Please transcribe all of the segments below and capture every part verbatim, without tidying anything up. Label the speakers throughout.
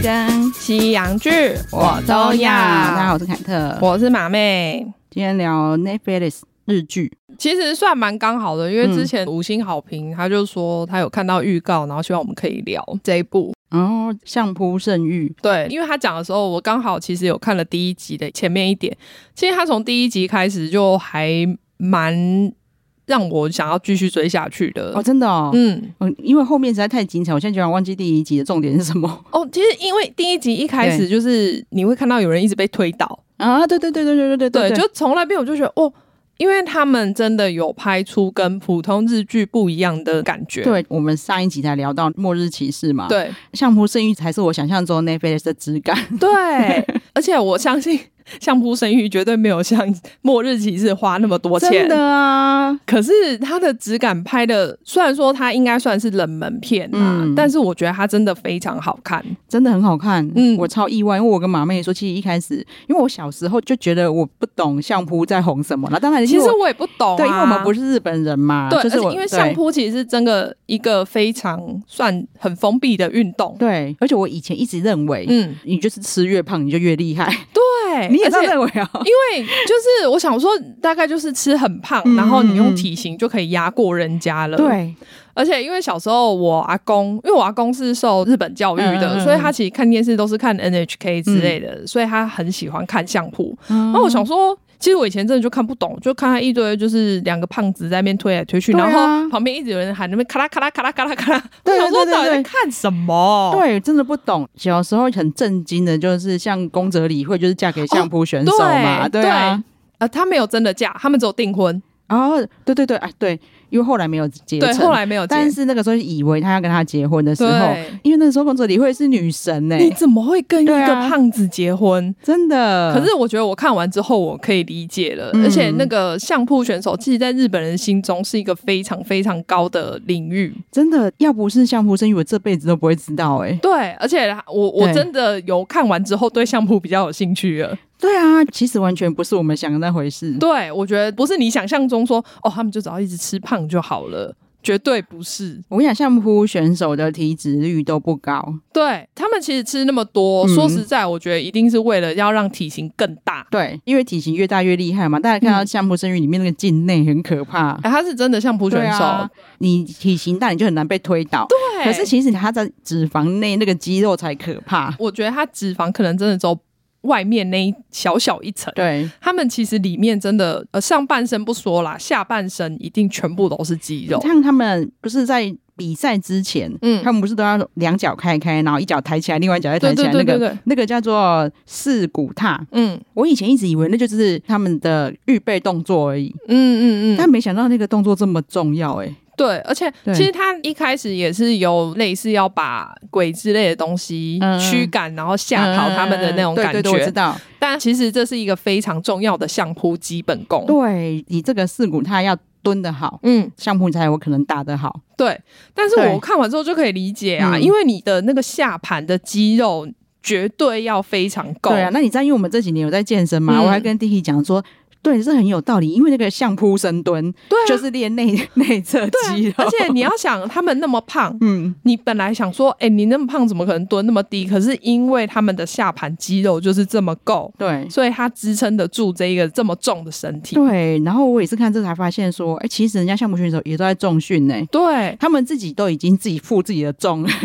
Speaker 1: 跟
Speaker 2: 西洋剧我都要。
Speaker 1: 大家好，我是凯特，
Speaker 2: 我是马妹。
Speaker 1: 今天聊 Netflix 日剧，
Speaker 2: 其实算蛮刚好的，因为之前五星好评，他就说他有看到预告，然后希望我们可以聊这一部。
Speaker 1: 哦，相扑圣域。
Speaker 2: 对，因为他讲的时候，我刚好其实有看了第一集的前面一点。其实他从第一集开始就还蛮让我想要继续追下去的。
Speaker 1: 哦，真的哦。
Speaker 2: 嗯，
Speaker 1: 因为后面实在太精彩，我现在居然忘记第一集的重点是什么。
Speaker 2: 哦，其实因为第一集一开始就是你会看到有人一直被推倒
Speaker 1: 啊，对对对对对对对
Speaker 2: 对，就从那边我就觉得哦。因为他们真的有拍出跟普通日剧不一样的感觉。
Speaker 1: 对，我们上一集才聊到末日骑士嘛，
Speaker 2: 对，
Speaker 1: 相扑圣域才是我想象中 Netflix 的质感。
Speaker 2: 对，而且我相信相扑圣域绝对没有像末日骑士花那么多钱，
Speaker 1: 真的啊。
Speaker 2: 可是它的质感拍的，虽然说它应该算是冷门片啊、嗯，但是我觉得它真的非常好看，
Speaker 1: 真的很好看。
Speaker 2: 嗯，
Speaker 1: 我超意外，因为我跟马妹说，其实一开始，因为我小时候就觉得我不懂相扑在红什么了，当然
Speaker 2: 其实我也不懂、啊，
Speaker 1: 对，因为我们不是日本人嘛，
Speaker 2: 对，
Speaker 1: 就是
Speaker 2: 而且因为相扑其实是真的一个非常算很封闭的运动，
Speaker 1: 对，而且我以前一直认为，嗯，你就是吃越胖你就越厉害，
Speaker 2: 对，
Speaker 1: 你也这样认为啊？
Speaker 2: 因为就是我想说，大概就是吃很胖，嗯、然后你用体型就可以压过人家了，
Speaker 1: 对。
Speaker 2: 而且因为小时候我阿公，因为我阿公是受日本教育的、嗯、所以他其实看电视都是看 N H K 之类的、嗯、所以他很喜欢看相扑、嗯、然后我想说其实我以前真的就看不懂，就看他一堆就是两个胖子在那边推来推去、啊、然后旁边一直有人喊那边咔啦咔啦咔啦咔啦咔啦，我想说到底在看什么？
Speaker 1: 对，真的不懂。小时候很震惊的就是像宫泽理惠就是嫁给相扑选手嘛、哦、对,
Speaker 2: 对
Speaker 1: 啊
Speaker 2: 对呃，他没有真的嫁，他们只有订婚。
Speaker 1: 哦，对对对，哎，对，因为后来没有结成，
Speaker 2: 对，后来没有结，
Speaker 1: 但是那个时候以为他要跟他结婚的时候，因为那个时候宫泽理惠是女神呢、欸，
Speaker 2: 你怎么会跟一个胖子结婚？
Speaker 1: 啊、真的。
Speaker 2: 可是我觉得我看完之后我可以理解了、嗯，而且那个相扑选手，其实在日本人心中是一个非常非常高的领域，
Speaker 1: 真的。要不是相扑生育，我这辈子都不会知道哎、欸。
Speaker 2: 对，而且我我真的有看完之后对相扑比较有兴趣了。
Speaker 1: 对啊，其实完全不是我们想的那回事。
Speaker 2: 对，我觉得不是你想象中说哦，他们就只要一直吃胖就好了，绝对不是。
Speaker 1: 我跟你讲，相扑选手的体脂率都不高，
Speaker 2: 对，他们其实吃那么多、嗯、说实在我觉得一定是为了要让体型更大。
Speaker 1: 对，因为体型越大越厉害嘛。大家看到相扑圣域里面那个境内很可怕、
Speaker 2: 欸、他是真的相扑选手、
Speaker 1: 啊、你体型大你就很难被推倒。
Speaker 2: 对，
Speaker 1: 可是其实他在脂肪内那个肌肉才可怕。
Speaker 2: 我觉得他脂肪可能真的只有外面那一小小一层，
Speaker 1: 对，
Speaker 2: 他们其实里面真的呃上半身不说啦，下半身一定全部都是肌肉。
Speaker 1: 像他们不是在比赛之前，嗯，他们不是都要两脚开开，然后一脚抬起来，另外一脚再抬起来，
Speaker 2: 对对对对对，
Speaker 1: 那个那个叫做四股踏。嗯，我以前一直以为那就是他们的预备动作而已。嗯嗯嗯，但没想到那个动作这么重要哎、欸。
Speaker 2: 对，而且其实他一开始也是有类似要把鬼之类的东西驱赶、嗯，然后吓跑他们的那种感觉。嗯、对对对，我知道。但其实这是一个非常重要的相扑基本功。
Speaker 1: 对，你这个四股踏要蹲得好，嗯，相扑才有可能打得好。
Speaker 2: 对，但是我看完之后就可以理解啊，因为你的那个下盘的肌肉绝对要非常够。
Speaker 1: 对啊，那你知道，因为我们这几年有在健身嘛，嗯、我还跟弟弟讲说。对，是很有道理，因为那个相扑深蹲，对、啊，就是练内内侧肌肉。
Speaker 2: 而且你要想，他们那么胖，嗯，你本来想说，哎、欸，你那么胖，怎么可能蹲那么低？可是因为他们的下盘肌肉就是这么够，
Speaker 1: 对，
Speaker 2: 所以他支撑得住这一个这么重的身体。
Speaker 1: 对，然后我也是看这才发现说，哎、欸，其实人家相扑选手也都在重训呢、欸，
Speaker 2: 对，
Speaker 1: 他们自己都已经自己负自己的重了。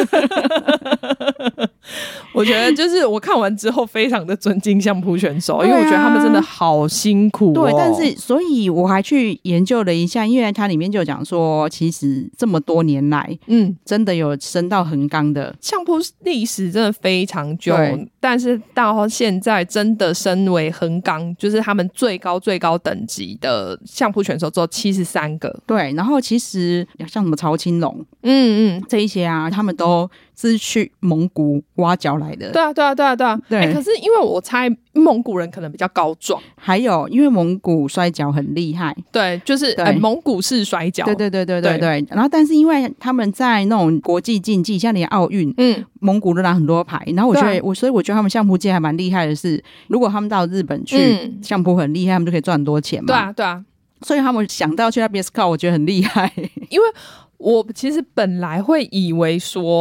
Speaker 2: 我觉得就是我看完之后非常的尊敬相扑选手、啊、因为我觉得他们真的好辛苦、哦、
Speaker 1: 对，但是所以我还去研究了一下，因为它里面就讲说其实这么多年来嗯，真的有升到横纲的
Speaker 2: 相扑历史真的非常久，但是到现在真的升为横纲，就是他们最高最高等级的相扑选手只有七十三个。
Speaker 1: 对，然后其实像什么曹青龙嗯嗯这一些啊，他们都是去蒙古挖角来的。
Speaker 2: 对啊对啊对啊对啊对、欸、可是因为我猜蒙古人可能比较高壮，
Speaker 1: 还有因为蒙古摔跤很厉害，
Speaker 2: 对，就是呃蒙古式摔跤，
Speaker 1: 对对对对对 对, 对。然后但是因为他们在那种国际竞技，像连奥运嗯蒙古都拿很多牌，然后我觉得、啊、我所以我觉得他们相扑界还蛮厉害的是，如果他们到日本去、嗯、相扑很厉害，他们就可以赚很多钱嘛。
Speaker 2: 对啊对啊，
Speaker 1: 所以他们想到去那边 scout 我觉得很厉害。
Speaker 2: 因为我其实本来会以为说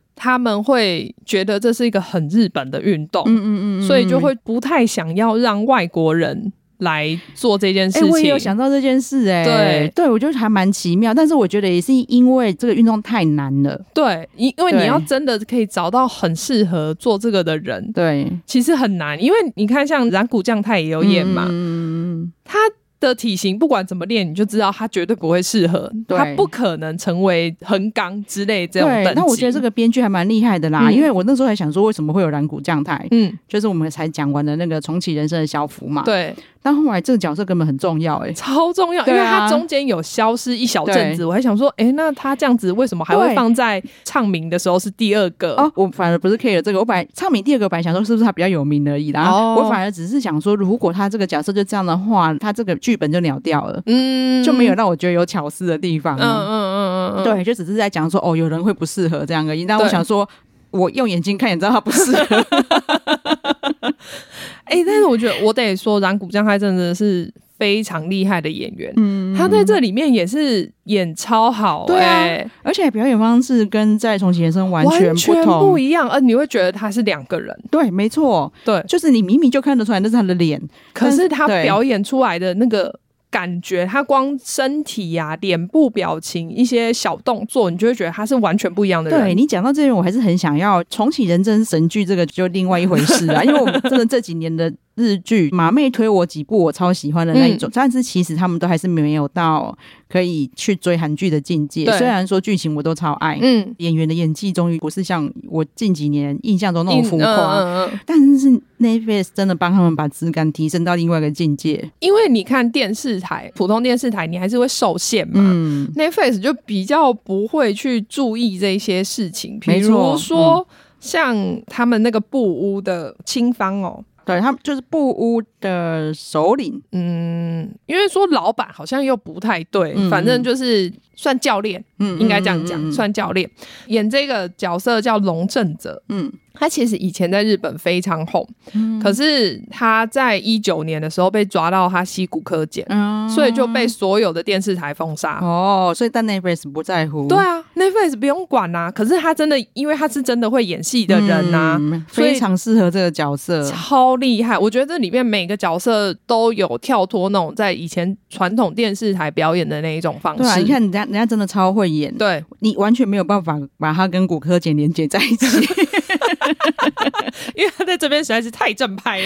Speaker 2: 他们会觉得这是一个很日本的运动，嗯嗯 嗯, 嗯，所以就会不太想要让外国人来做这件事情。欸、
Speaker 1: 我也有想到这件事、欸，哎，对，对我觉得还蛮奇妙，但是我觉得也是因为这个运动太难了，
Speaker 2: 对，因为你要真的可以找到很适合做这个的人，
Speaker 1: 对，
Speaker 2: 其实很难，因为你看像染谷将太也有演嘛，嗯，他的体型不管怎么练，你就知道他绝对不会适合，他不可能成为横纲之类这种等级。
Speaker 1: 那我觉得这个编剧还蛮厉害的啦、嗯，因为我那时候还想说，为什么会有染谷将太？嗯，就是我们才讲完的那个重启人生的小福嘛。
Speaker 2: 对。
Speaker 1: 但后来这个角色根本很重要、欸，哎，
Speaker 2: 超重要、啊，因为他中间有消失一小阵子，我还想说，哎、欸，那他这样子为什么还会放在唱名的时候是第二个？
Speaker 1: 哦，我反而不是 care 这个，我本来唱名第二个，本来想说是不是他比较有名而已啦。哦、我反而只是想说，如果他这个角色就这样的话，他这个剧本就鸟掉了，嗯，就没有让我觉得有巧思的地方。嗯嗯嗯嗯，对，就只是在讲说，哦，有人会不适合这样而已。但我想说，我用眼睛看也知道他不适合。
Speaker 2: 哎、欸，但是我觉得我得说，染谷将太真的是非常厉害的演员，嗯，他在这里面也是演超好、欸，对啊，
Speaker 1: 而且表演方式跟在重启人生完全不同，
Speaker 2: 完全不一样，而你会觉得他是两个人，
Speaker 1: 对，没错，对，就是你明明就看得出来那是他的脸，
Speaker 2: 可是他表演出来的那个感觉，他光身体啊、脸部表情、一些小动作，你就会觉得他是完全不一样的人。
Speaker 1: 对，你讲到这边，我还是很想要重启人生神剧，这个就另外一回事啊，因为我们真的这几年的日剧，马妹推我几部我超喜欢的那一种、嗯，但是其实他们都还是没有到可以去追韩剧的境界。虽然说剧情我都超爱，嗯，演员的演技终于不是像我近几年印象中那种浮夸、嗯嗯，但是 Netflix 真的帮他们把质感提升到另外一个境界。
Speaker 2: 因为你看电视台，普通电视台你还是会受限嘛、嗯、，Netflix 就比较不会去注意这些事情，比如说、嗯、像他们那个布屋的青芳哦。
Speaker 1: 对，他们就是布屋的首领，
Speaker 2: 嗯，因为说老板好像又不太对，嗯、反正就是算教练，嗯，应该这样讲、嗯嗯嗯，算教练。演这个角色叫龙正则，嗯，他其实以前在日本非常红，嗯、可是他在一九年的时候被抓到他吸骨科检、嗯，所以就被所有的电视台封杀。
Speaker 1: 哦，所以但 Netflix 不在乎。
Speaker 2: 对啊 ，Netflix 不用管啊。可是他真的，因为他是真的会演戏的人啊、嗯，
Speaker 1: 非常适合这个角色，
Speaker 2: 超厉害。我觉得这里面每个角色都有跳脱那种在以前传统电视台表演的那一种方式。
Speaker 1: 对啊，你看人家人家真的超会演，
Speaker 2: 对，
Speaker 1: 你完全没有办法把他跟骨科检连接在一起。
Speaker 2: 因为他在这边实在是太正派了。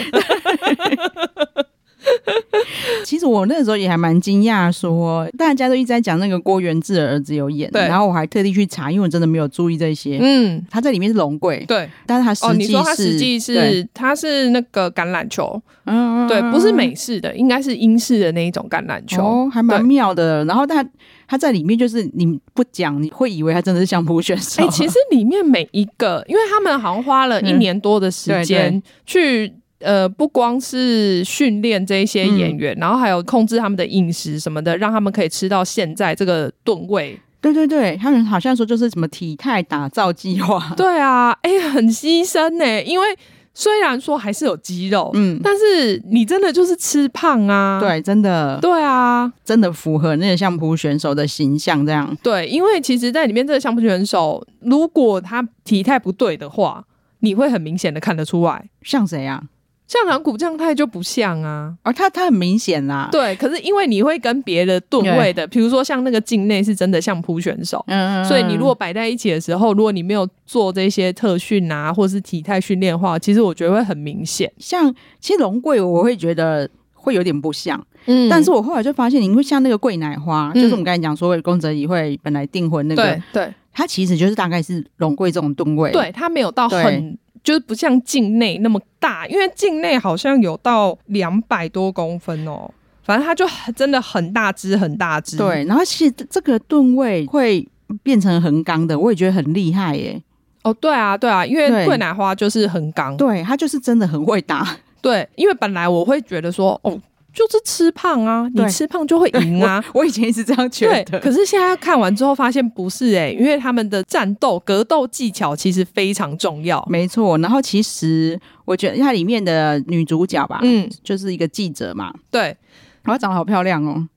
Speaker 1: 其实我那个时候也还蛮惊讶，说大家都一直在讲那个郭元志的儿子有演，然后我还特地去查，因为我真的没有注意这些。嗯，他在里面是龙贵，
Speaker 2: 对，
Speaker 1: 但是他实际是、哦、
Speaker 2: 你说他实际是他是那个橄榄球，嗯，对，不是美式的，应该是英式的那一种橄榄球，
Speaker 1: 哦，还蛮妙的。然后他他在里面就是你不讲，你会以为他真的是相扑选手。
Speaker 2: 哎、欸，其实里面每一个，因为他们好像花了一年多的时间去。呃，不光是训练这些演员、嗯，然后还有控制他们的饮食什么的，让他们可以吃到现在这个吨位。
Speaker 1: 对对对，他们好像说就是什么体态打造计划。
Speaker 2: 对啊，哎、欸，很牺牲呢，因为虽然说还是有肌肉，嗯，但是你真的就是吃胖啊。
Speaker 1: 对，真的。
Speaker 2: 对啊，
Speaker 1: 真的符合那个相扑选手的形象这样。
Speaker 2: 对，因为其实在里面这个相扑选手，如果他体态不对的话，你会很明显的看得出来。
Speaker 1: 像谁啊？
Speaker 2: 像染谷将太就不像啊，
Speaker 1: 而、哦、他他很明显啦。
Speaker 2: 对，可是因为你会跟别的吨位的，比如说像那个境内是真的相扑选手，嗯，所以你如果摆在一起的时候，如果你没有做这些特训啊，或是体态训练的话，其实我觉得会很明显。
Speaker 1: 像其实龙贵，我会觉得会有点不像，嗯，但是我后来就发现，你会像那个桂乃花，嗯、就是我们刚才讲说宫泽理惠本来订婚那个，
Speaker 2: 对对，
Speaker 1: 他其实就是大概是龙贵这种吨位，
Speaker 2: 对他没有到很。就是不像境内那么大，因为境内好像有到两百多公分哦，反正它就真的很大只很大只。
Speaker 1: 对，然后其实这个吨位会变成横纲的，我也觉得很厉害耶。
Speaker 2: 哦，对啊，对啊，因为桂乃花就是横纲，
Speaker 1: 对，他就是真的很会打。
Speaker 2: 对，因为本来我会觉得说，哦。就是吃胖啊，你吃胖就会赢啊
Speaker 1: 我！我以前一直这样觉得，
Speaker 2: 对，可是现在看完之后发现不是哎、欸，因为他们的战斗格斗技巧其实非常重要，
Speaker 1: 没错。然后其实我觉得它里面的女主角吧，嗯，就是一个记者嘛，
Speaker 2: 对，
Speaker 1: 然后长得好漂亮哦。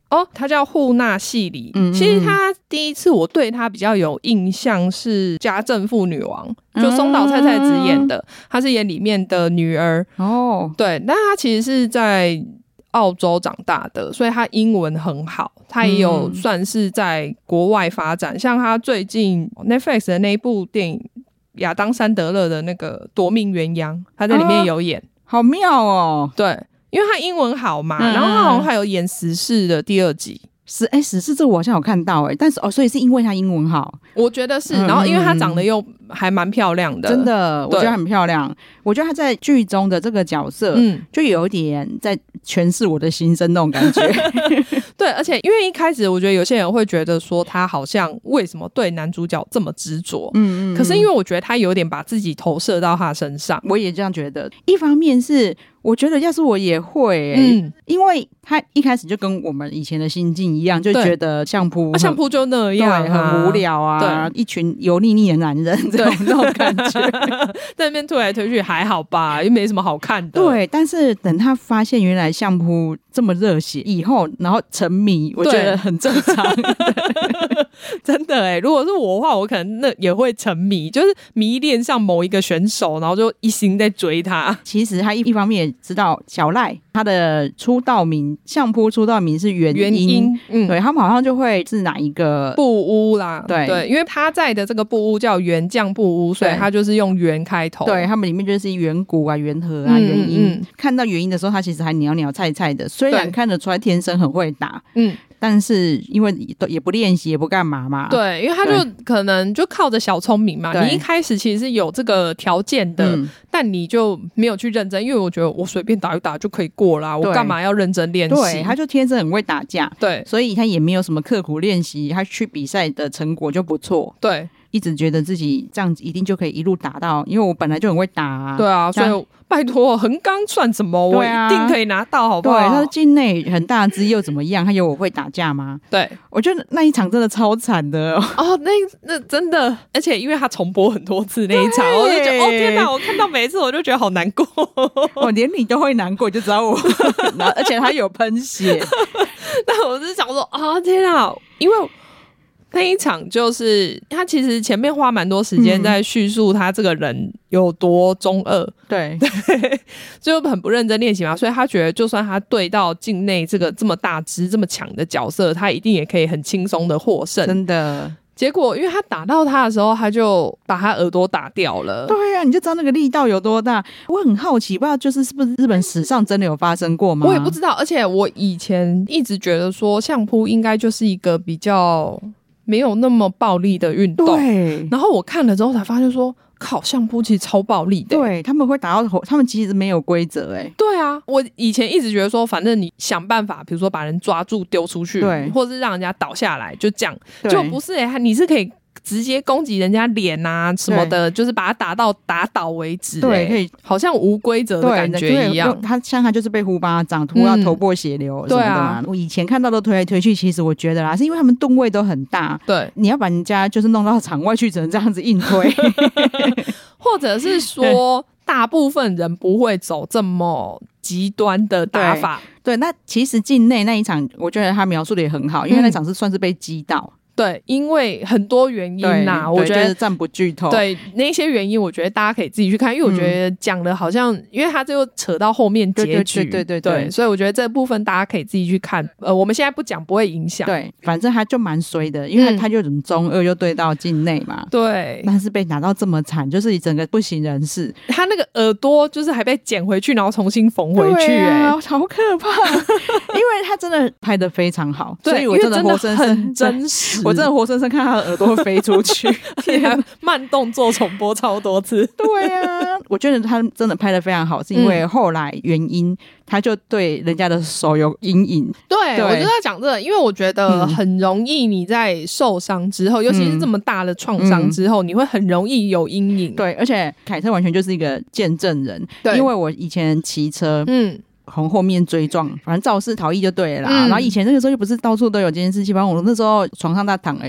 Speaker 2: 哦，她叫户纳细里。嗯，其实她第一次我对她比较有印象是《家政妇女王》，就松岛菜菜子演的，她是演里面的女儿。哦，对，但她其实是在澳洲长大的，所以她英文很好，她也有算是在国外发展。嗯、像她最近 Netflix 的那一部电影亚当·山德勒的那个《夺命鸳鸯》，她在里面有演，啊、
Speaker 1: 好妙哦。
Speaker 2: 对。因为他英文好嘛，嗯、然后他好像还有演时事的第二集。
Speaker 1: 是哎，时事这我好像有看到哎，但是哦，所以是因为他英文好，
Speaker 2: 我觉得是。然后因为他长得又还蛮漂亮的，
Speaker 1: 真的，我觉得很漂亮。我觉得他在剧中的这个角色，嗯，就有一点在诠释我的心声那种感觉。
Speaker 2: 对，而且因为一开始我觉得有些人会觉得说他好像为什么对男主角这么执着，嗯, 嗯, 嗯可是因为我觉得他有点把自己投射到他身上，
Speaker 1: 我也这样觉得。一方面是我觉得要是我也会、欸，嗯，因为他一开始就跟我们以前的心境一样，就觉得相扑、
Speaker 2: 啊、相扑就那样、
Speaker 1: 啊，很无聊啊，一群油腻腻的男人这种那种感觉，
Speaker 2: 在那边推来推去还好吧，又没什么好看的。
Speaker 1: 对，但是等他发现原来相扑这么热血以后，然后沉迷，我觉得很正常。
Speaker 2: 真的哎、欸，如果是我的话，我可能那也会沉迷，就是迷恋上某一个选手，然后就一心在追他。
Speaker 1: 其实他一一方面也知道小赖他的出道名相扑出道名是原因，原因嗯，对他们好像就会是哪一个
Speaker 2: 部屋啦，对对，因为他在的这个部屋叫原将部屋，所以他就是用原开头。
Speaker 1: 对，他们里面就是远古啊、元和啊、元音、嗯嗯。看到元音的时候，他其实还鸟鸟菜菜的，虽然看得出来天生很会打，嗯。但是因为也不练习也不干嘛嘛，
Speaker 2: 对，因为他就可能就靠着小聪明嘛，你一开始其实是有这个条件的、嗯、但你就没有去认真，因为我觉得我随便打一打就可以过啦，我干嘛要认真练习？
Speaker 1: 对，他就天生很会打架，
Speaker 2: 对，
Speaker 1: 所以他也没有什么刻苦练习，他去比赛的成果就不错，
Speaker 2: 对，
Speaker 1: 一直觉得自己这样子一定就可以一路打到，因为我本来就很会打啊，
Speaker 2: 对啊，所以拜托横纲算什么、啊、我一定可以拿到好不好？
Speaker 1: 对，他是境内很大只又怎么样？还有我会打架吗？
Speaker 2: 对，我
Speaker 1: 觉得那一场真的超惨的
Speaker 2: 哦，那那真的，而且因为他重播很多次那一场，我就觉得哦天哪，我看到每一次我就觉得好难过，
Speaker 1: 我连你都会难过，就知道我，然后而且他有喷血，
Speaker 2: 但我是想说啊天哪，因为。那一场就是他其实前面花蛮多时间在叙述他这个人有多中二，
Speaker 1: 嗯、对
Speaker 2: 对，就很不认真练习嘛，所以他觉得就算他对到境内这个这么大只这么强的角色，他一定也可以很轻松的获胜，
Speaker 1: 真的。
Speaker 2: 结果因为他打到他的时候，他就把他耳朵打掉了。
Speaker 1: 对啊，你就知道那个力道有多大。我很好奇，不知道就是是不是日本史上真的有发生过吗？
Speaker 2: 我也不知道，而且我以前一直觉得说相扑应该就是一个比较没有那么暴力的运动，
Speaker 1: 对。
Speaker 2: 然后我看了之后才发现说，靠，相扑其实超暴力的、
Speaker 1: 欸，对，他们会打到头，他们其实没有规则，哎，
Speaker 2: 对啊，我以前一直觉得说，反正你想办法，比如说把人抓住丢出去，
Speaker 1: 对，
Speaker 2: 或是让人家倒下来，就这样，就不是哎、欸，你是可以。直接攻击人家脸啊什么的，就是把他打到打倒为止、欸，
Speaker 1: 对，可以
Speaker 2: 好像无规则的感觉一样。
Speaker 1: 他像他就是被呼巴掌，吐到头破血流什么的嘛、嗯啊。我以前看到都推来推去，其实我觉得啦，是因为他们吨位都很大，
Speaker 2: 对，
Speaker 1: 你要把人家就是弄到场外去，只能这样子硬推，
Speaker 2: 或者是说大部分人不会走这么极端的打法。
Speaker 1: 对，对那其实境内那一场，我觉得他描述的也很好，因为那场是算是被击到。嗯
Speaker 2: 对，因为很多原因呐、啊，我觉得
Speaker 1: 暂不剧透。
Speaker 2: 对，那些原因，我觉得大家可以自己去看，因为我觉得讲的好像，嗯、因为他最后扯到后面结局，
Speaker 1: 对对对 对, 对,
Speaker 2: 对，所以我觉得这部分大家可以自己去看。呃，我们现在不讲，不会影响。
Speaker 1: 对，反正他就蛮衰的，因为他就很中二，又对到境内嘛。
Speaker 2: 对，
Speaker 1: 但是被打到这么惨，就是整个不省人事。
Speaker 2: 他那个耳朵就是还被剪回去，然后重新缝回去、欸，哎、
Speaker 1: 啊，好可怕！因为他真的拍得非常好，所以我真的活生生
Speaker 2: 很真实，
Speaker 1: 我真的活生生看他的耳朵飞出去，
Speaker 2: 还慢动作重播超多次。
Speaker 1: 对啊，我觉得他真的拍得非常好，是因为后来原因、嗯、他就对人家的手有阴影。
Speaker 2: 对，对我就在讲这个，因为我觉得很容易你在受伤之后、嗯、尤其是这么大的创伤之后、嗯、你会很容易有阴影。
Speaker 1: 对，而且凯特完全就是一个见证人，因为我以前骑车嗯从后面追撞，反正肇事逃逸就对了啦、嗯、然后以前那个时候就不是到处都有监视器，反正我那时候床上在躺、欸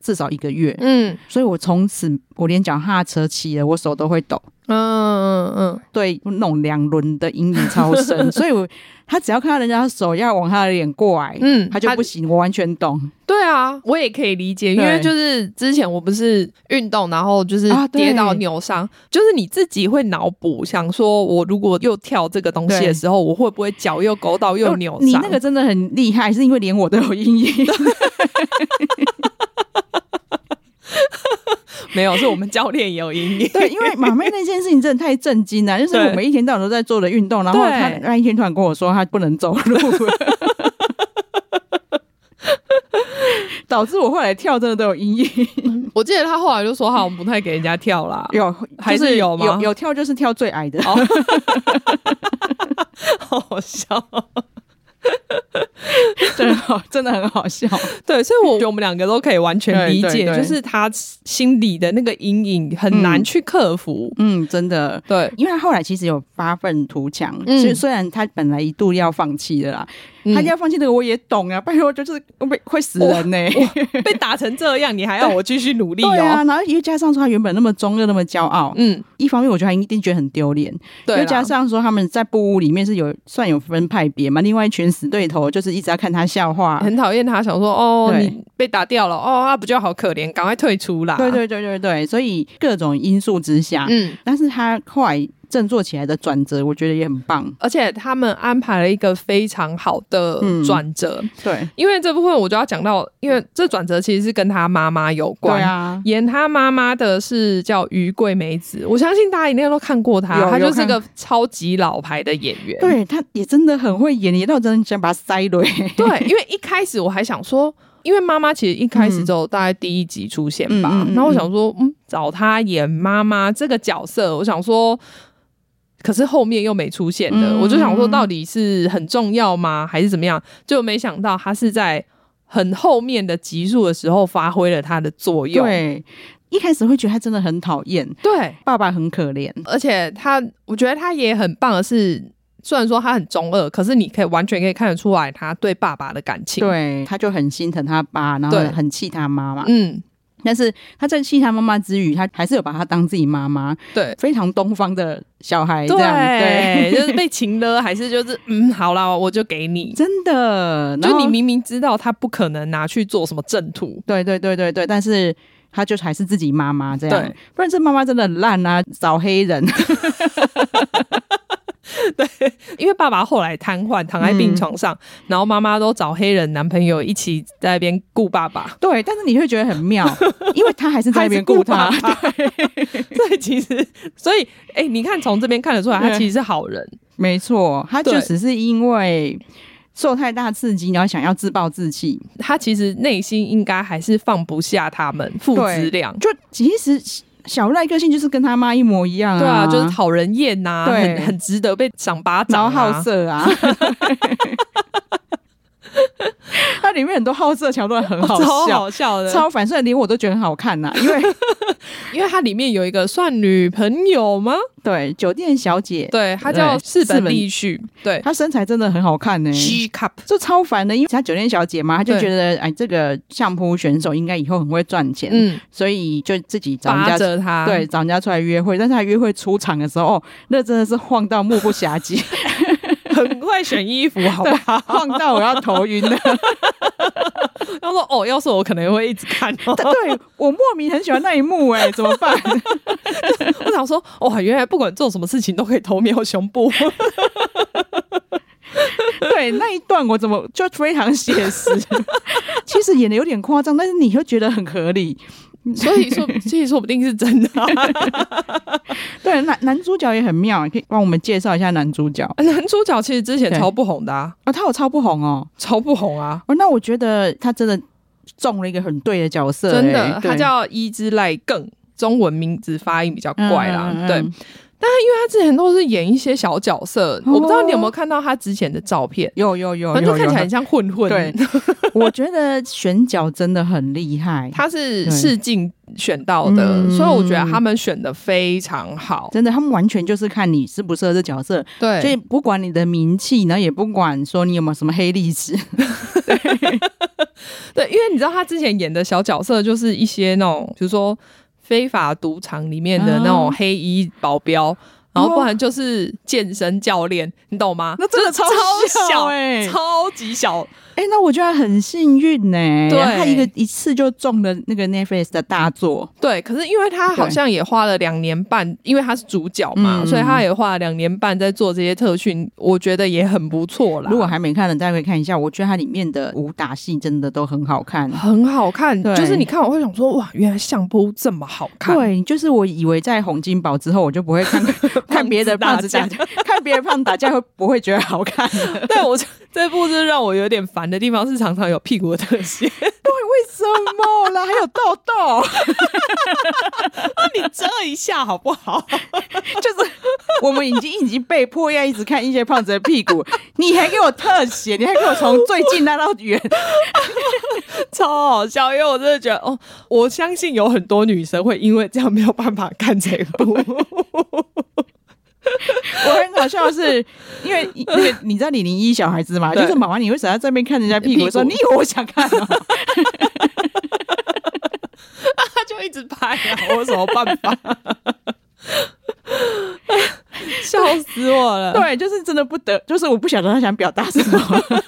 Speaker 1: 至少一个月，
Speaker 2: 嗯，
Speaker 1: 所以我从此我连脚踏车骑了我手都会抖，
Speaker 2: 嗯嗯嗯，
Speaker 1: 对，那种两轮的阴影超深，所以我他只要看到人家手要往他的脸过来，嗯，他就不行，我完全懂。
Speaker 2: 对啊，我也可以理解，因为就是之前我不是运动，然后就是跌到扭伤，啊、就是你自己会脑补，想说我如果又跳这个东西的时候，我会不会脚又勾到又扭伤？
Speaker 1: 你那个真的很厉害，是因为连我都有阴影。
Speaker 2: 没有，是我们教练也有阴影。
Speaker 1: 对，因为马妹那件事情真的太震惊了，就是我们一天到晚都在做的运动，然后他那一天突然跟我说他不能走路。导致我后来跳真的都有阴影。
Speaker 2: 我记得他后来就说好像不太给人家跳啦，
Speaker 1: 有
Speaker 2: 还是有吗？
Speaker 1: 有有跳就是跳最矮的。哦、
Speaker 2: 好好笑。
Speaker 1: 真的好，真的很好笑。
Speaker 2: 对，所以我觉得我们两个都可以完全理解，就是他心里的那个阴影很难去克服。
Speaker 1: 嗯，嗯真的。对，因为他后来其实有发愤图强，嗯、所以虽然他本来一度要放弃了啦。他要放弃这个我也懂啊，拜托就是会会死人呢、欸，
Speaker 2: 被打成这样，你还要我继续努力哦？
Speaker 1: 对啊，然后又加上说他原本那么中二那么骄傲，嗯，一方面我觉得他一定觉得很丢脸，对，又加上说他们在布屋里面是有算有分派别嘛，另外一群死对头就是一直要看他笑话，
Speaker 2: 很讨厌他，想说哦你被打掉了哦，那不就好可怜，赶快退出啦。
Speaker 1: 对对对对对，所以各种因素之下，嗯，但是他后来振作起来的转折我觉得也很棒，
Speaker 2: 而且他们安排了一个非常好的转折、嗯、
Speaker 1: 对，
Speaker 2: 因为这部分我就要讲到，因为这转折其实是跟他妈妈有关。对啊，演他妈妈的是叫于桂美子，我相信大家一定都看过他，他就是个超级老牌的演员，
Speaker 1: 对，他也真的很会演，演到真的想把他塞了。
Speaker 2: 对，因为一开始我还想说，因为妈妈其实一开始只有大概第一集出现吧，嗯、然后我想说嗯，找他演妈妈这个角色，我想说可是后面又没出现的、嗯、我就想说到底是很重要吗还是怎么样，就没想到他是在很后面的集数的时候发挥了他的作用。
Speaker 1: 对，一开始会觉得他真的很讨厌，
Speaker 2: 对，
Speaker 1: 爸爸很可怜，
Speaker 2: 而且他我觉得他也很棒的是，虽然说他很中二，可是你可以完全可以看得出来他对爸爸的感情，
Speaker 1: 对，他就很心疼他爸，然后很气他妈妈，嗯，但是他在气他妈妈之余，他还是有把他当自己妈妈，
Speaker 2: 对，
Speaker 1: 非常东方的小孩这样，
Speaker 2: 对，对就是被情勒，还是就是嗯，好啦，我就给你，
Speaker 1: 真的，
Speaker 2: 就你明明知道他不可能拿去做什么正途，
Speaker 1: 对对对对对，但是他就还是自己妈妈这样，对，不然这妈妈真的很烂啊，找黑人。
Speaker 2: 对，因为爸爸后来瘫痪躺在病床上、嗯、然后妈妈都找黑人男朋友一起在那边顾爸爸，
Speaker 1: 对，但是你会觉得很妙，因为他还是在那边顾他，
Speaker 2: 对，所以其实所以哎、欸，你看从这边看得出来他其实是好人，
Speaker 1: 没错，他就只是因为受太大刺激然后想要自暴自弃，
Speaker 2: 他其实内心应该还是放不下他们父子俩，
Speaker 1: 就其实小赖个性就是跟他妈一模一样啊，
Speaker 2: 对啊，就是讨人厌呐，很很值得被赏巴掌、啊，
Speaker 1: 然后好色啊。它里面很多好色桥段很好笑，
Speaker 2: 超好笑的，
Speaker 1: 超反，虽然连我都觉得很好看呐、啊，因为
Speaker 2: 因为它里面有一个算女朋友吗？
Speaker 1: 对，酒店小姐，
Speaker 2: 对，她叫四本丽绪，对，
Speaker 1: 她身材真的很好看呢、欸、
Speaker 2: ，G cup
Speaker 1: 就超烦的，因为她酒店小姐嘛，她就觉得哎，这个相扑选手应该以后很会赚钱，嗯，所以就自己找人家
Speaker 2: 着她，
Speaker 1: 对，找人家出来约会，但是她约会出场的时候，哦，那真的是晃到目不暇接。
Speaker 2: 很会选衣服，好不好？
Speaker 1: 晃到我要头晕了。
Speaker 2: 他说：“哦，要是我可能会一直看、哦。”
Speaker 1: 对，我莫名很喜欢那一幕、欸，哎，怎么办？
Speaker 2: 我想说，哇，原来不管做什么事情都可以偷瞄胸部。
Speaker 1: 对，那一段我怎么就非常写实？其实演的有点夸张，但是你会觉得很合理。
Speaker 2: 所以说，其实说不定是真的、啊。
Speaker 1: 对，男男主角也很妙，可以帮我们介绍一下男主角。
Speaker 2: 男主角其实之前超不红的啊，
Speaker 1: 哦，他有超不红哦，
Speaker 2: 超不红啊。
Speaker 1: 哦，那我觉得他真的中了一个很对的角色、欸，
Speaker 2: 真的。他叫伊之濑更，中文名字发音比较怪啦，嗯嗯嗯对。但是因为他之前都是演一些小角色、哦、我不知道你有没有看到他之前的照片，
Speaker 1: 有有有，
Speaker 2: 反正就看起来很像混混。
Speaker 1: 对，我觉得选角真的很厉害，
Speaker 2: 他是试镜选到的、嗯、所以我觉得他们选的非常好，
Speaker 1: 真的，他们完全就是看你适不适合这角色，
Speaker 2: 对，
Speaker 1: 所以不管你的名气，然后也不管说你有没有什么黑历史，对，
Speaker 2: 对，因为你知道他之前演的小角色就是一些那种比如说非法赌场里面的那种黑衣保镖、哦，然后不然就是健身教练，你懂吗？
Speaker 1: 那真的超
Speaker 2: 小
Speaker 1: 欸，
Speaker 2: 超级小。
Speaker 1: 哎、欸，那我觉得很幸运呢、欸。
Speaker 2: 对，
Speaker 1: 他一个一次就中了那个 Netflix 的大作。
Speaker 2: 对，可是因为他好像也花了两年半，因为他是主角嘛、嗯，所以他也花了两年半在做这些特训，我觉得也很不错啦。
Speaker 1: 如果还没看的，大家可以看一下。我觉得它里面的武打戏真的都很好看，
Speaker 2: 很好看。就是你看我会想说，哇，原来相扑这么好看。
Speaker 1: 对，就是我以为在洪金宝之后，我就不会看看别的胖子打架，看别的胖子打架会不会觉得好看的？
Speaker 2: 对，我这部就是让我有点烦的地方是常常有屁股的特写。
Speaker 1: 对，为什么啦？还有痘痘。
Speaker 2: 你遮一下好不好？
Speaker 1: 就是我们已经已经被迫要一直看一些胖子的屁股，你还给我特写，你还给我从最近拉到远，
Speaker 2: 超好笑。因为我真的觉得，哦，我相信有很多女生会因为这样没有办法看这一部。
Speaker 1: 我很好笑的是，因为那个你知道李玲一小孩子嘛，就是妈妈，你为什么要在那边看人家屁股？说你以为我想看哦？
Speaker 2: 他就一直拍啊，我有什么办法？笑死我了！
Speaker 1: 对，就是真的不得，就是我不晓得他想表达什么。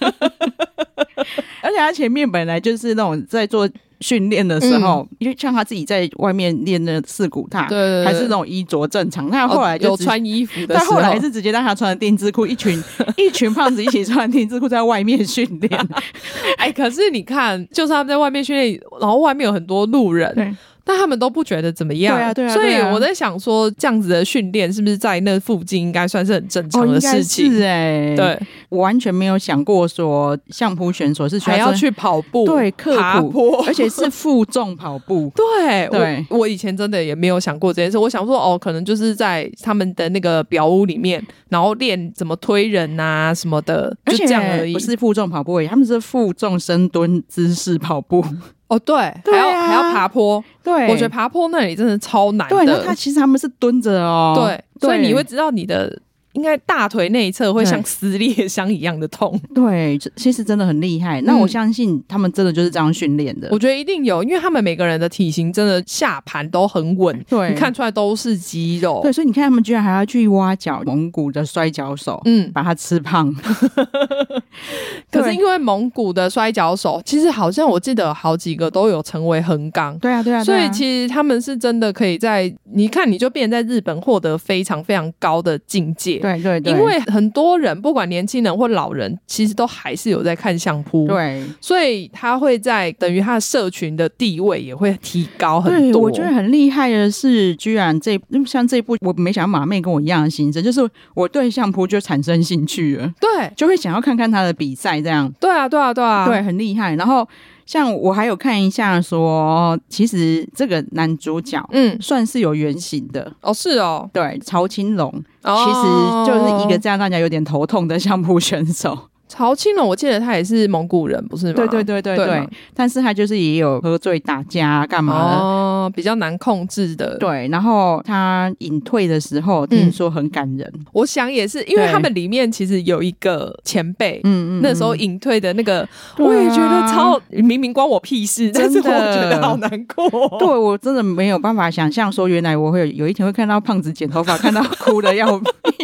Speaker 1: 而且他前面本来就是那种在做训练的时候、嗯、因为像他自己在外面练的四股踏，
Speaker 2: 对对对，
Speaker 1: 还是那种衣着正常。他后来就、
Speaker 2: 哦、有穿衣服的时候，
Speaker 1: 他后来是直接让他穿的丁字裤，一群一群胖子一起穿丁字裤在外面训练。
Speaker 2: 哎，可是你看，就是他们在外面训练，然后外面有很多路人。但他们都不觉得怎么样，
Speaker 1: 对啊对啊，
Speaker 2: 所以我在想说，这样子的训练是不是在那附近应该算是很正常的事情？
Speaker 1: 哦、是哎、欸，
Speaker 2: 对，
Speaker 1: 我完全没有想过说相扑选手是需要
Speaker 2: 还要去跑步，
Speaker 1: 对，刻
Speaker 2: 苦坡，
Speaker 1: 而且是负重跑步。
Speaker 2: 对，
Speaker 1: 对
Speaker 2: 我，我以前真的也没有想过这件事。我想说，哦，可能就是在他们的那个表屋里面，然后练怎么推人啊什么的，就这样而已。
Speaker 1: 不是负重跑步而已，他们是负重深蹲姿势跑步。
Speaker 2: 哦，对，
Speaker 1: 对、啊、
Speaker 2: 还要还要爬坡，
Speaker 1: 对，
Speaker 2: 我觉得爬坡那里真的超难的。
Speaker 1: 对，那他其实他们是蹲着哦，
Speaker 2: 对，所以你会知道你的应该大腿内侧会像撕裂伤一样的痛。
Speaker 1: 对，其实真的很厉害。那我相信他们真的就是这样训练的、
Speaker 2: 嗯。我觉得一定有，因为他们每个人的体型真的下盘都很稳，
Speaker 1: 对，
Speaker 2: 你看出来都是肌肉。
Speaker 1: 对，所以你看他们居然还要去挖角蒙古的摔跤手，嗯，把他吃胖。
Speaker 2: 可是因为蒙古的摔跤手，其实好像我记得好几个都有成为横纲。
Speaker 1: 对啊，对啊，
Speaker 2: 所以其实他们是真的可以在你看你就变成在日本获得非常非常高的境界。
Speaker 1: 对对对，
Speaker 2: 因为很多人不管年轻人或老人，其实都还是有在看相扑。
Speaker 1: 对，
Speaker 2: 所以他会在等于他的社群的地位也会提高很多。
Speaker 1: 对，我觉得很厉害的是，居然这像这部，我没想到马妹跟我一样的心声，就是我对相扑就产生兴趣了，
Speaker 2: 对，
Speaker 1: 就会想要看看他的比赛，这样。
Speaker 2: 对啊，对啊，对啊，
Speaker 1: 对，很厉害。然后像我还有看一下说，其实这个男主角，嗯，算是有原型的
Speaker 2: 哦，是哦，
Speaker 1: 对，曹青龙、哦，其实就是一个这样大家有点头痛的相扑选手。
Speaker 2: 曹青龙，我记得他也是蒙古人，不是吗？
Speaker 1: 对对对对 对, 对，但是他就是也有喝醉打架干嘛的，
Speaker 2: 哦，比较难控制的。
Speaker 1: 对，然后他隐退的时候，听说很感人。
Speaker 2: 嗯、我想也是，因为他们里面其实有一个前辈，嗯嗯，那时候隐退的那个，啊、我也觉得超明明关我屁事，但是我觉得好难过。
Speaker 1: 对，我真的没有办法想象说，原来我会有一天会看到胖子剪头发，看到哭的要命。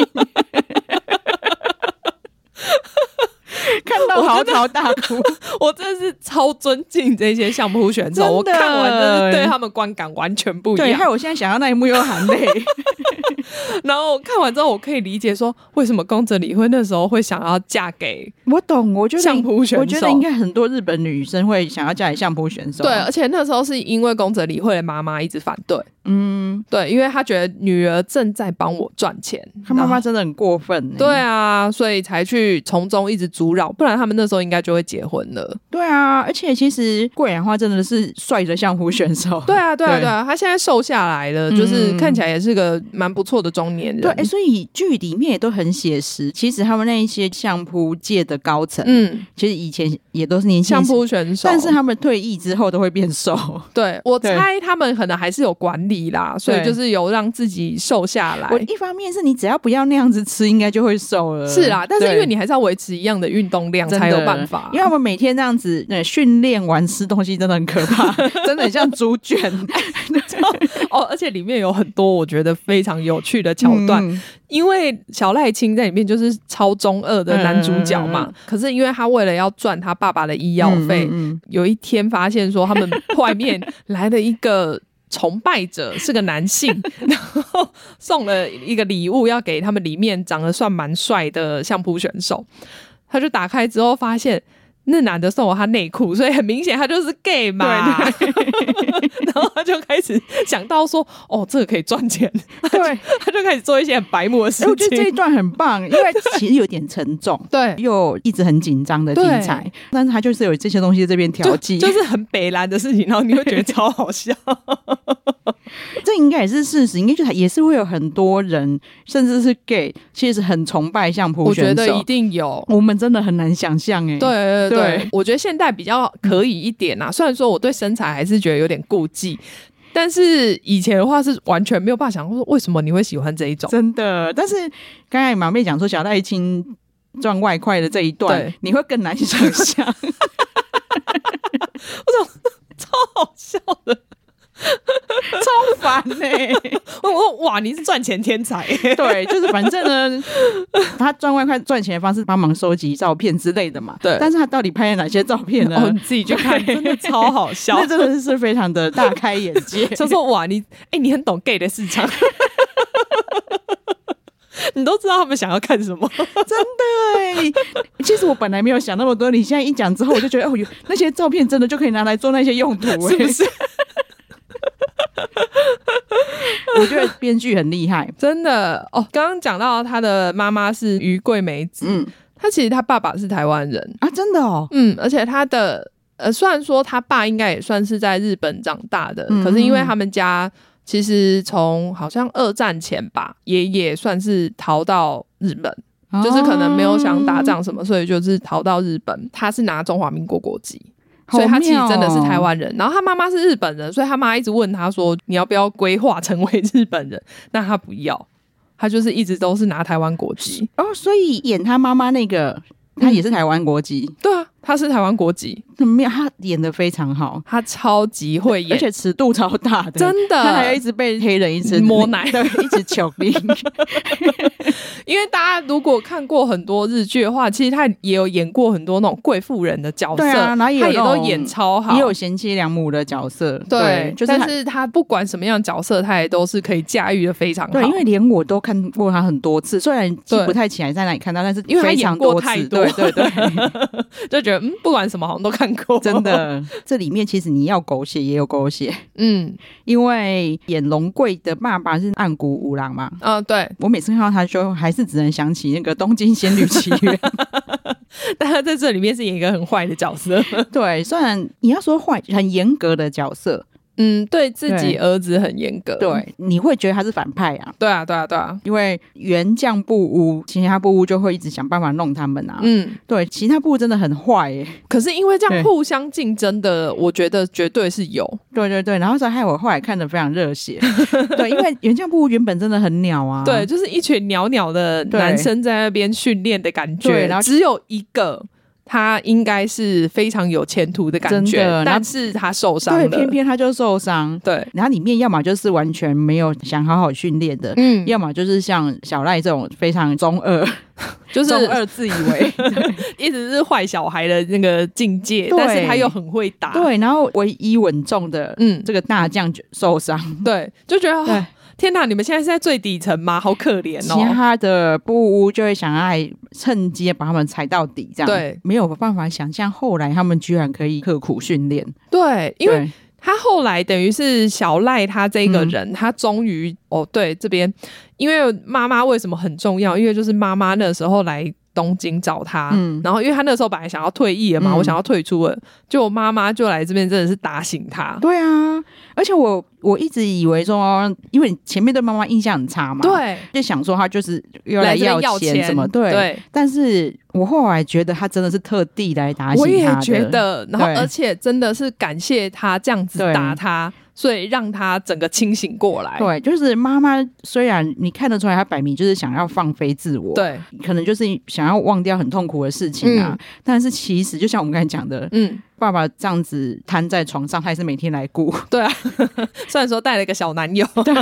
Speaker 1: 看到嚎啕大哭，
Speaker 2: 我真的是超尊敬这些相扑选手。我看完真的对他们观感完全不一样。
Speaker 1: 对，害我现在想到那一幕又含泪。
Speaker 2: 然后看完之后，我可以理解说为什么宫泽理惠那时候会想要嫁给
Speaker 1: 我懂，我觉得
Speaker 2: 相扑选手。
Speaker 1: 我觉得应该很多日本女生会想要嫁给相扑选手。
Speaker 2: 对，而且那时候是因为宫泽理惠的妈妈一直反对。嗯，对，因为他觉得女儿正在帮我赚钱，
Speaker 1: 他妈妈真的很过分、欸。
Speaker 2: 对啊，所以才去从中一直阻扰，不然他们那时候应该就会结婚了。
Speaker 1: 对啊，而且其实桂兰花真的是帅的相扑选手。
Speaker 2: 对啊，对啊，对啊，他现在瘦下来了，就是看起来也是个蛮不错的中年人。
Speaker 1: 对，欸、所以剧里面也都很写实。其实他们那一些相扑界的高层，嗯，其实以前也都是年轻
Speaker 2: 相扑选手，
Speaker 1: 但是他们退役之后都会变瘦。
Speaker 2: 对，我猜他们可能还是有管理。 理啦，所以就是有让自己瘦下来。
Speaker 1: 我一方面是你只要不要那样子吃应该就会瘦了，
Speaker 2: 是啦，但是因为你还是要维持一样的运动量才有办法，
Speaker 1: 因为我们每天这样子训练完吃东西真的很可怕真的很像猪圈
Speaker 2: 哦，而且里面有很多我觉得非常有趣的桥段、嗯、因为小赖清在里面就是超中二的男主角嘛、嗯、可是因为他为了要赚他爸爸的医药费、嗯嗯、有一天发现说他们外面来了一个崇拜者是个男性然后送了一个礼物要给他们里面长得算蛮帅的相扑选手，他就打开之后发现那男的送我他内裤，所以很明显他就是 gay 嘛。对对然后他就开始想到说哦这个可以赚钱，对，他就开始做一些很白目的事情、欸、
Speaker 1: 我觉得这一段很棒，因为其实有点沉重对，又一直很紧张的题材，但是他就是有这些东西在这边调剂，
Speaker 2: 就, 就是很北蓝的事情，然后你会觉得超好笑
Speaker 1: 这应该也是事实，应该就也是会有很多人甚至是 gay 其实很崇拜相扑选手，
Speaker 2: 我觉得一定有，
Speaker 1: 我们真的很难想象哎。
Speaker 2: 对对 对, 对，我觉得现在比较可以一点啊、嗯、虽然说我对身材还是觉得有点顾忌，但是以前的话是完全没有办法想说为什么你会喜欢这一种，真的。
Speaker 1: 但是刚才马妹讲说小赖清赚外快的这一段你会更难想象我
Speaker 2: 怎么超好笑的
Speaker 1: 超烦欸
Speaker 2: 我说哇你是赚钱天才
Speaker 1: 对，就是反正呢他赚外快赚钱的方式帮忙收集照片之类的嘛，对。但是他到底拍了哪些照片呢？
Speaker 2: 哦，你自己去看，真的超好笑
Speaker 1: 那真的是非常的大开眼界
Speaker 2: 就说哇你哎、欸、你很懂 gay 的市场你都知道他们想要看什么真
Speaker 1: 的耶其实我本来没有想那么多，你现在一讲之后我就觉得哦，那些照片真的就可以拿来做那些用途耶是不是我觉得编剧很厉害
Speaker 2: 真的哦。刚刚讲到他的妈妈是于桂美子，嗯，他其实他爸爸是台湾人
Speaker 1: 啊，真的哦，
Speaker 2: 嗯，而且他的呃，虽然说他爸应该也算是在日本长大的、嗯、可是因为他们家其实从好像二战前吧爷爷算是逃到日本、哦、就是可能没有想打仗什么，所以就是逃到日本，他是拿中华民国国籍，所以他其实真的是台湾人、哦、然后他妈妈是日本人，所以他妈一直问他说你要不要规划成为日本人，那他不要，他就是一直都是拿台湾国籍
Speaker 1: 哦。所以演他妈妈那个他也是台湾国籍、
Speaker 2: 嗯、对啊，他是台湾国籍，
Speaker 1: 没有，他演得非常好，
Speaker 2: 他超级会演，
Speaker 1: 而且尺度超大的，
Speaker 2: 真的，
Speaker 1: 他还一直被黑人一直
Speaker 2: 摸奶
Speaker 1: 对，一直求力
Speaker 2: 因为大家如果看过很多日剧的话，其实他也有演过很多那种贵妇人的角色，对啊，然后也有他也都演超好，
Speaker 1: 也有贤妻良母的角色， 对,
Speaker 2: 对、就是、但是他不管什么样的角色他也都是可以驾驭的非常好，
Speaker 1: 对，因为连我都看过他很多次，虽然记不太起来在哪里看到，但是
Speaker 2: 因为他演过太多，
Speaker 1: 对对对
Speaker 2: 就觉得嗯，不管什么好像都看过，
Speaker 1: 真的。这里面其实你要狗血也有狗血，嗯，因为演龙贵的爸爸是岸谷五郎嘛，
Speaker 2: 嗯、呃，对，
Speaker 1: 我每次看到他就还是只能想起那个东京仙女奇缘
Speaker 2: 但他在这里面是演一个很坏的角色
Speaker 1: 对，虽然你要说坏很严格的角色，
Speaker 2: 嗯，对自己儿子很严格，
Speaker 1: 对，你会觉得他是反派啊，
Speaker 2: 对啊对啊对啊，
Speaker 1: 因为原将部屋其他部屋就会一直想办法弄他们啊，嗯，对，其他部屋真的很坏耶，
Speaker 2: 可是因为这样互相竞争的我觉得绝对是有，
Speaker 1: 对对对，然后所以害我后来看得非常热血对，因为原将部屋原本真的很鸟啊，
Speaker 2: 对，就是一群鸟鸟的男生在那边训练的感觉，然后只有一个他应该是非常有前途的感觉，但是他受伤了，
Speaker 1: 对，偏偏他就受伤，
Speaker 2: 对，
Speaker 1: 然后里面要么就是完全没有想好好训练的，嗯，要么就是像小赖这种非常中二就是中二自以为
Speaker 2: 一直是坏小孩的那个境界，但是他又很会打，
Speaker 1: 对，然后唯一稳重的嗯，这个大将就受伤，
Speaker 2: 对，就觉得对天哪，你们现在是在最底层吗？好可怜哦！
Speaker 1: 其他的部屋就会想要趁机把他们踩到底，这样对，没有办法想象后来他们居然可以刻苦训练。
Speaker 2: 对，因为他后来等于是小赖他这个人，嗯、他终于哦，对这边，因为妈妈为什么很重要？因为就是妈妈那时候来东京找他、嗯、然后因为他那时候本来想要退役了嘛、嗯、我想要退出了，就我妈妈就来这边真的是打醒他。
Speaker 1: 对啊，而且我我一直以为说因为前面对妈妈印象很差嘛，
Speaker 2: 对，
Speaker 1: 就想说他就是又来要钱什么，对，对，但是我后来觉得他真的是特地来打醒他的，
Speaker 2: 我也觉得，然后而且真的是感谢他这样子打他，所以让他整个清醒过来。
Speaker 1: 对，就是妈妈虽然你看得出来他摆明就是想要放飞自我，
Speaker 2: 对，可
Speaker 1: 能就是想要忘掉很痛苦的事情啊、嗯、但是其实就像我们刚才讲的，嗯，爸爸这样子瘫在床上他还是每天来顾。
Speaker 2: 对啊虽然说带了一个小男友
Speaker 1: 对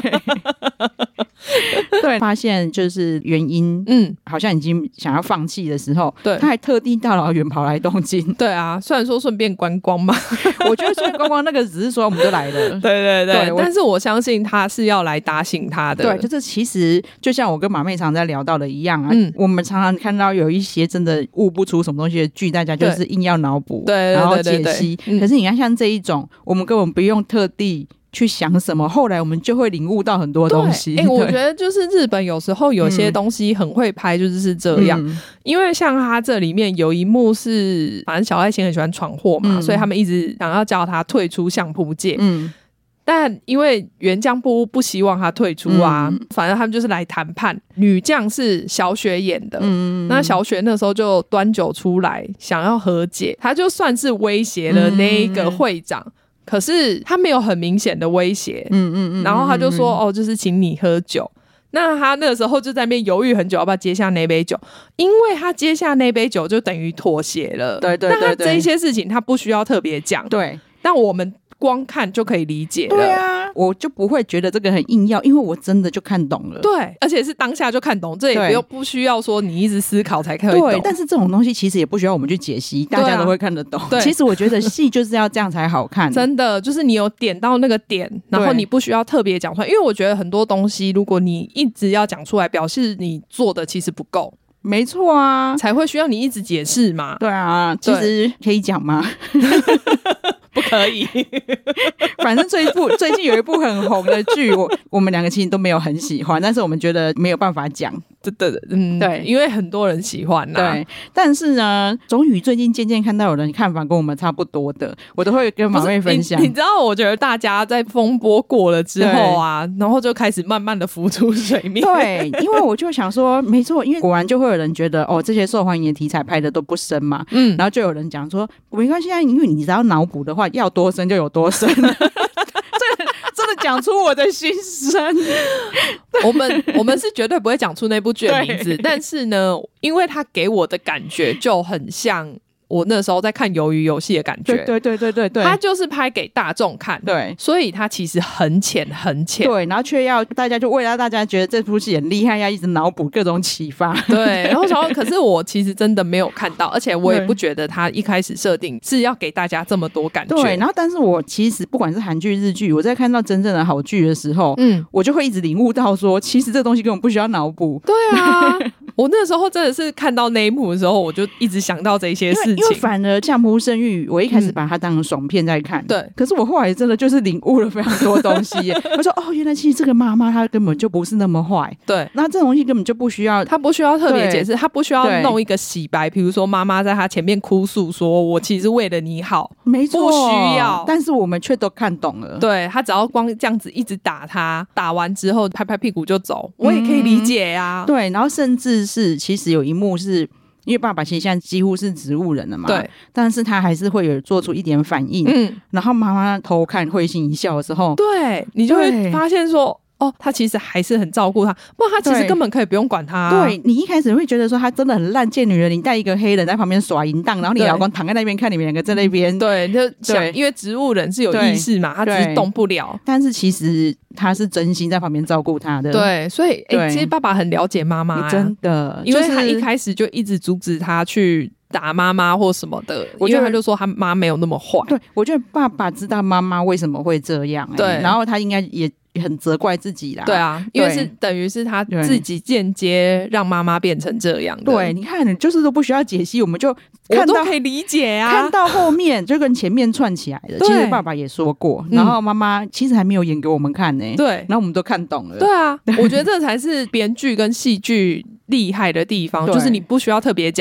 Speaker 1: 对，发现就是原因嗯，好像已经想要放弃的时候，对，他还特地大老远跑来东京。
Speaker 2: 对啊，虽然说顺便观光嘛
Speaker 1: 我觉得顺便观光那个只是说我们就来了
Speaker 2: 对对 对, 对，但是我相信他是要来打醒他的。
Speaker 1: 对，就是其实就像我跟马妹常在聊到的一样啊、嗯、我们常常看到有一些真的悟不出什么东西的剧，大家就是硬要脑补，对，然后解析。可是你看像这一种、嗯、我们根本不用特地去想什么，后来我们就会领悟到很多东西。
Speaker 2: 哎、欸，我觉得就是日本有时候有些东西很会拍，就是是这样、嗯、因为像他这里面有一幕是反正小爱情很喜欢闯祸嘛、嗯、所以他们一直想要叫他退出相扑界，嗯，但因为原将部不希望他退出啊、嗯、反正他们就是来谈判。女将是小雪演的、嗯、那小雪那时候就端酒出来想要和解，他就算是威胁了那一个会长、嗯，可是他没有很明显的威胁，嗯嗯嗯，然后他就说、嗯、哦，就是请你喝酒。那他那个时候就在那边犹豫很久，要不要接下那杯酒？因为他接下那杯酒就等于妥协了。对对对对，那他这一些事情他不需要特别讲，对，但我们光看就可以理解了。
Speaker 1: 对啊，我就不会觉得这个很硬要，因为我真的就看懂了。
Speaker 2: 对，而且是当下就看懂，这也不用不需要说你一直思考才可以懂。
Speaker 1: 对，但是这种东西其实也不需要我们去解析，大家都会看得懂。对，其实我觉得戏就是要这样才好看。
Speaker 2: 真的，就是你有点到那个点，然后你不需要特别讲出来，因为我觉得很多东西如果你一直要讲出来，表示你做的其实不够。
Speaker 1: 没错啊，
Speaker 2: 才会需要你一直解释嘛。
Speaker 1: 对啊，其实可以讲吗？
Speaker 2: 不可以
Speaker 1: 反正最部最近有一部很红的剧，我我们两个其实都没有很喜欢，但是我们觉得没有办法讲。
Speaker 2: 对对对，嗯，对，因为很多人喜欢啊。
Speaker 1: 对，但是呢，终于最近渐渐看到有人看法跟我们差不多的，我都会跟马妹分享。
Speaker 2: 你, 你知道，我觉得大家在风波过了之后啊，然后就开始慢慢的浮出水面。
Speaker 1: 对，因为我就想说，没错，因为果然就会有人觉得，哦，这些受欢迎的题材拍的都不深嘛，嗯，然后就有人讲说，没关系啊，因为你只要脑补的话，要多深就有多深。真的讲出我的心声
Speaker 2: 我们我们是绝对不会讲出那部剧的名字，但是呢，因为他给我的感觉就很像我那时候在看鱿鱼游戏的感觉。
Speaker 1: 对对对对对，
Speaker 2: 他就是拍给大众看，对，所以他其实很浅很浅，
Speaker 1: 对，然后却要大家就为了大家觉得这部戏很厉害，要一直脑补各种启发。
Speaker 2: 对，然后想可是我其实真的没有看到，而且我也不觉得他一开始设定是要给大家这么多感觉。
Speaker 1: 对，然后但是我其实不管是韩剧日剧，我在看到真正的好剧的时候，嗯，我就会一直领悟到说，其实这东西根本不需要脑补。
Speaker 2: 对啊我那时候真的是看到那一幕的时候，我就一直想到这些事情。
Speaker 1: 因为反而《相扑生育》，我一开始把它当成爽片在看，嗯、对。可是我后来真的就是领悟了非常多东西耶。我说哦，原来其实这个妈妈她根本就不是那么坏。对，那这种东西根本就不需要，
Speaker 2: 她不需要特别解释，她不需要弄一个洗白。比如说妈妈在她前面哭诉说：“我其实为了你好。”没错，不需要。
Speaker 1: 但是我们却都看懂了。
Speaker 2: 对，她只要光这样子一直打她，打完之后拍拍屁股就走，我也可以理解呀、啊嗯。
Speaker 1: 对，然后甚至是其实有一幕是。因为爸爸其实现在几乎是植物人了嘛，对，但是他还是会有做出一点反应，嗯，然后妈妈偷看会心一笑的时候，
Speaker 2: 对，你就会发现说哦，他其实还是很照顾他，不然他其实根本可以不用管他、啊。
Speaker 1: 对，你一开始会觉得说他真的很烂贱女人，你带一个黑人在旁边耍淫荡，然后你老公躺在那边看你们两个在那边，
Speaker 2: 对，就想因为植物人是有意识嘛，他只是动不了，
Speaker 1: 但是其实他是真心在旁边照顾他的。
Speaker 2: 对，所以、欸、其实爸爸很了解妈妈、啊，
Speaker 1: 真的，
Speaker 2: 因为他一开始就一直阻止他去打妈妈或什么的，我觉得他就说他妈没有那么坏。
Speaker 1: 对，我觉得爸爸知道妈妈为什么会这样、欸，对，然后他应该也很责怪自己啦。
Speaker 2: 对啊，因为是等于是他自己间接让妈妈变成这样的。
Speaker 1: 对，你看，就是都不需要解析，我们就
Speaker 2: 看到我都可以理解啊。
Speaker 1: 看到后面就跟前面串起来了。其实爸爸也说过，然后妈妈其实还没有演给我们看呢、欸。对，然后我们都看懂了。
Speaker 2: 对啊，我觉得这才是编剧跟戏剧厉害的地方，就是你不需要特别讲。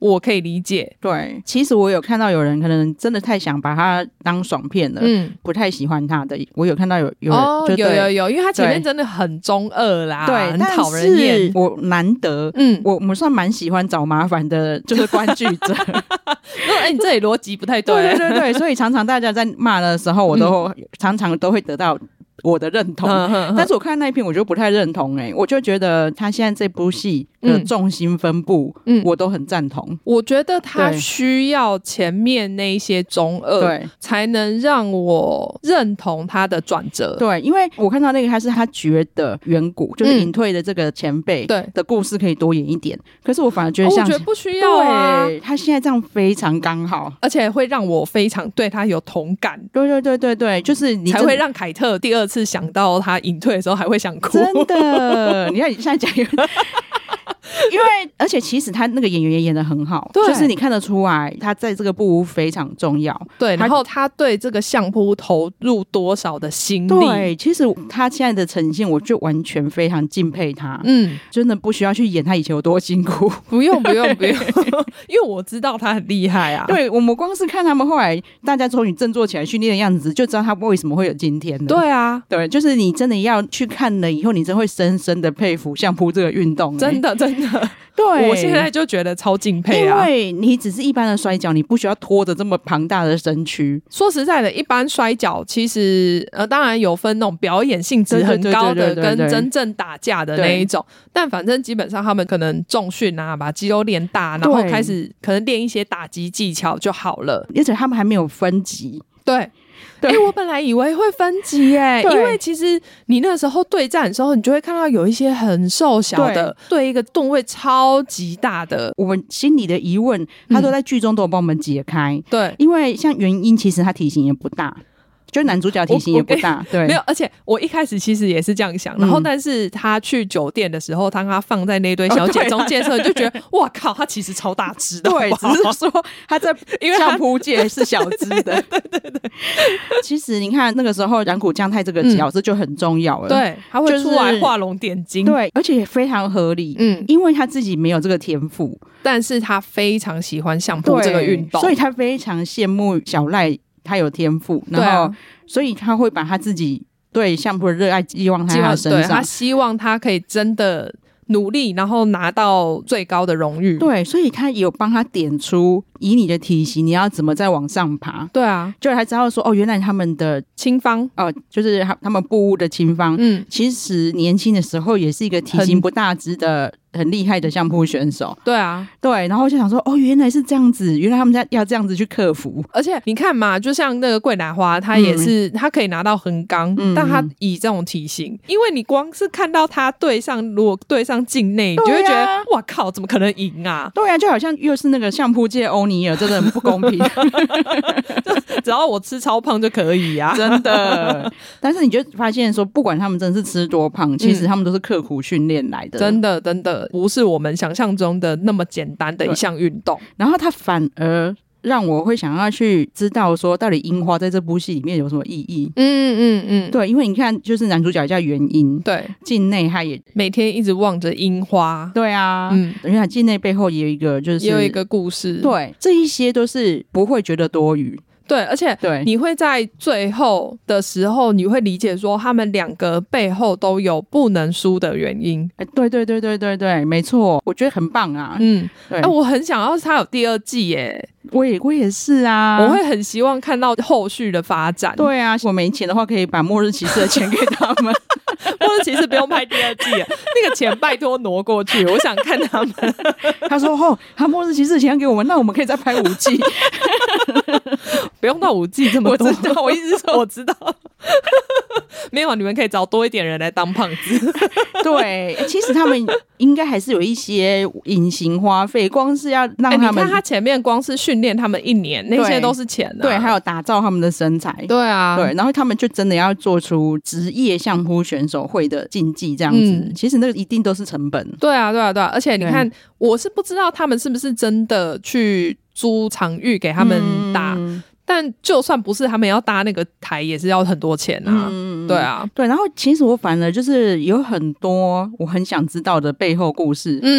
Speaker 2: 我可以理解。
Speaker 1: 对，其实我有看到有人可能真的太想把它当爽片了，嗯，不太喜欢它的，我有看到有有人、
Speaker 2: 哦、有有有，因为它前面真的很中二啦，对，很讨人厌。
Speaker 1: 我难得，嗯，我我们算蛮喜欢找麻烦的，就是观剧者。
Speaker 2: 哎、欸，你这里逻辑不太对。
Speaker 1: 对对对对，所以常常大家在骂的时候，我都、嗯、常常都会得到我的认同，呵呵呵，但是我看那一篇我就不太认同。哎、欸，我就觉得他现在这部戏的重心分布、嗯、我都很赞同。
Speaker 2: 我觉得他需要前面那一些中二，对，才能让我认同他的转折。
Speaker 1: 对，因为我看到那个他是他觉得远古就是隐退的这个前辈的故事可以多演一点，可是我反而觉得像、
Speaker 2: 哦、我觉得不需要啊，
Speaker 1: 对，他现在这样非常刚好，
Speaker 2: 而且会让我非常对他有同感。
Speaker 1: 对对对对对，就是你
Speaker 2: 才会让凯特第二次想到他隐退的时候还会想哭。
Speaker 1: 真的，你看你现在讲因为而且其实他那个演员也演得很好，就是你看得出来他在这个部非常重要。
Speaker 2: 对，然后他对这个相扑投入多少的心力。
Speaker 1: 对，其实他现在的呈现我就完全非常敬佩他。嗯，真的不需要去演他以前有多辛苦。
Speaker 2: 不用不用不用因为我知道他很厉害啊。
Speaker 1: 对，我们光是看他们后来大家从你振作起来训练的样子就知道他为什么会有今天的。
Speaker 2: 对啊，
Speaker 1: 对，就是你真的要去看了以后你真会深深的佩服相扑这个运动、欸、
Speaker 2: 真的真的。
Speaker 1: 对，
Speaker 2: 我现在就觉得超敬佩啊，
Speaker 1: 因为你只是一般的摔跤，你不需要拖着这么庞大的身躯。
Speaker 2: 说实在的，一般摔跤其实呃，当然有分那种表演性质很高的跟真正打架的那一种，但反正基本上他们可能重训啊，把肌肉练大，然后开始可能练一些打击技巧就好了，
Speaker 1: 而且他们还没有分级。
Speaker 2: 对。哎、欸，我本来以为会分级耶，因为其实你那时候对战的时候，你就会看到有一些很瘦小的 对, 对一个吨位超级大的，
Speaker 1: 我们心里的疑问，他都在剧中都有帮我们解开。对、嗯，因为像元英其实他体型也不大。就男主角体型也不大，对，
Speaker 2: 没有，而且我一开始其实也是这样想，然后但是他去酒店的时候，当他放在那堆小姐中间的时候，你就觉得哇靠，他其实超大只的，
Speaker 1: 对，只是说他在相扑界是小只的，
Speaker 2: 对对 对, 对, 对。
Speaker 1: 其实你看那个时候染谷将太这个角色就很重要了，嗯、
Speaker 2: 对，他会出来画龙点睛，
Speaker 1: 对，而且也非常合理，嗯，因为他自己没有这个天赋，
Speaker 2: 但是他非常喜欢相扑这个运动，
Speaker 1: 所以他非常羡慕小赖。他有天赋，然后、啊、所以他会把他自己对相扑的热爱寄望在他的身上，
Speaker 2: 对，他希望他可以真的努力，然后拿到最高的荣誉。
Speaker 1: 对，所以他有帮他点出，以你的体型，你要怎么再往上爬？
Speaker 2: 对啊，
Speaker 1: 就才知道说，哦，原来他们的
Speaker 2: 青方，
Speaker 1: 哦、呃，就是他们部屋的青方，嗯，其实年轻的时候也是一个体型不大只的。很厉害的相扑选手。
Speaker 2: 对啊，
Speaker 1: 对，然后就想说哦，原来是这样子，原来他们在要这样子去克服。
Speaker 2: 而且你看嘛，就像那个桂乃花，他也是、嗯、他可以拿到横纲、嗯、但他以这种体型，因为你光是看到他对上，如果对上境内、啊、你就会觉得哇靠，怎么可能赢啊？
Speaker 1: 对啊，就好像又是那个相扑界欧尼尔，真的很不公平。
Speaker 2: 只要我吃超胖就可以啊，
Speaker 1: 真的。但是你就发现说，不管他们真的是吃多胖，其实他们都是刻苦训练来的，
Speaker 2: 真的真的不是我们想象中的那么简单的一项运动。
Speaker 1: 然后他反而让我会想要去知道说，到底樱花在这部戏里面有什么意义？嗯嗯嗯，对，因为你看，就是男主角叫元英，
Speaker 2: 对，
Speaker 1: 境内他也
Speaker 2: 每天一直望着樱花，
Speaker 1: 对啊，嗯，而且境内背后也有一个，就是
Speaker 2: 也有一个故事，
Speaker 1: 对，这一些都是不会觉得多余。
Speaker 2: 对，而且你会在最后的时候，你会理解说他们两个背后都有不能输的原因。
Speaker 1: 欸、对对对对对对，没错，我觉得很棒啊。嗯，
Speaker 2: 对，欸、我很想要他有第二季耶。
Speaker 1: 我也我也是啊，
Speaker 2: 我会很希望看到后续的发展。
Speaker 1: 对啊，我没钱的话，可以把末日骑士的钱给他们。
Speaker 2: 末日骑士不用拍第二季了，那个钱拜托挪过去，我想看他们。
Speaker 1: 他说：“哦，他末日骑士的钱给我们，那我们可以再拍五季。”
Speaker 2: 不用到五季这么多，
Speaker 1: 我知道，我一直说
Speaker 2: 我知道。没有，你们可以找多一点人来当胖子。
Speaker 1: 对，其实他们应该还是有一些隐形花费，光是要让他们、欸、
Speaker 2: 你看他前面光是训练他们一年，那些都是钱啊。
Speaker 1: 对，还有打造他们的身材。
Speaker 2: 对啊，
Speaker 1: 对，然后他们就真的要做出职业相扑选手会的竞技这样子、嗯，其实那个一定都是成本。
Speaker 2: 对啊，对啊，对啊，而且你看，我是不知道他们是不是真的去租场域给他们打。嗯，但就算不是，他们要搭那个台也是要很多钱啊。嗯，对啊，
Speaker 1: 对。然后其实我反而就是有很多我很想知道的背后故事。嗯，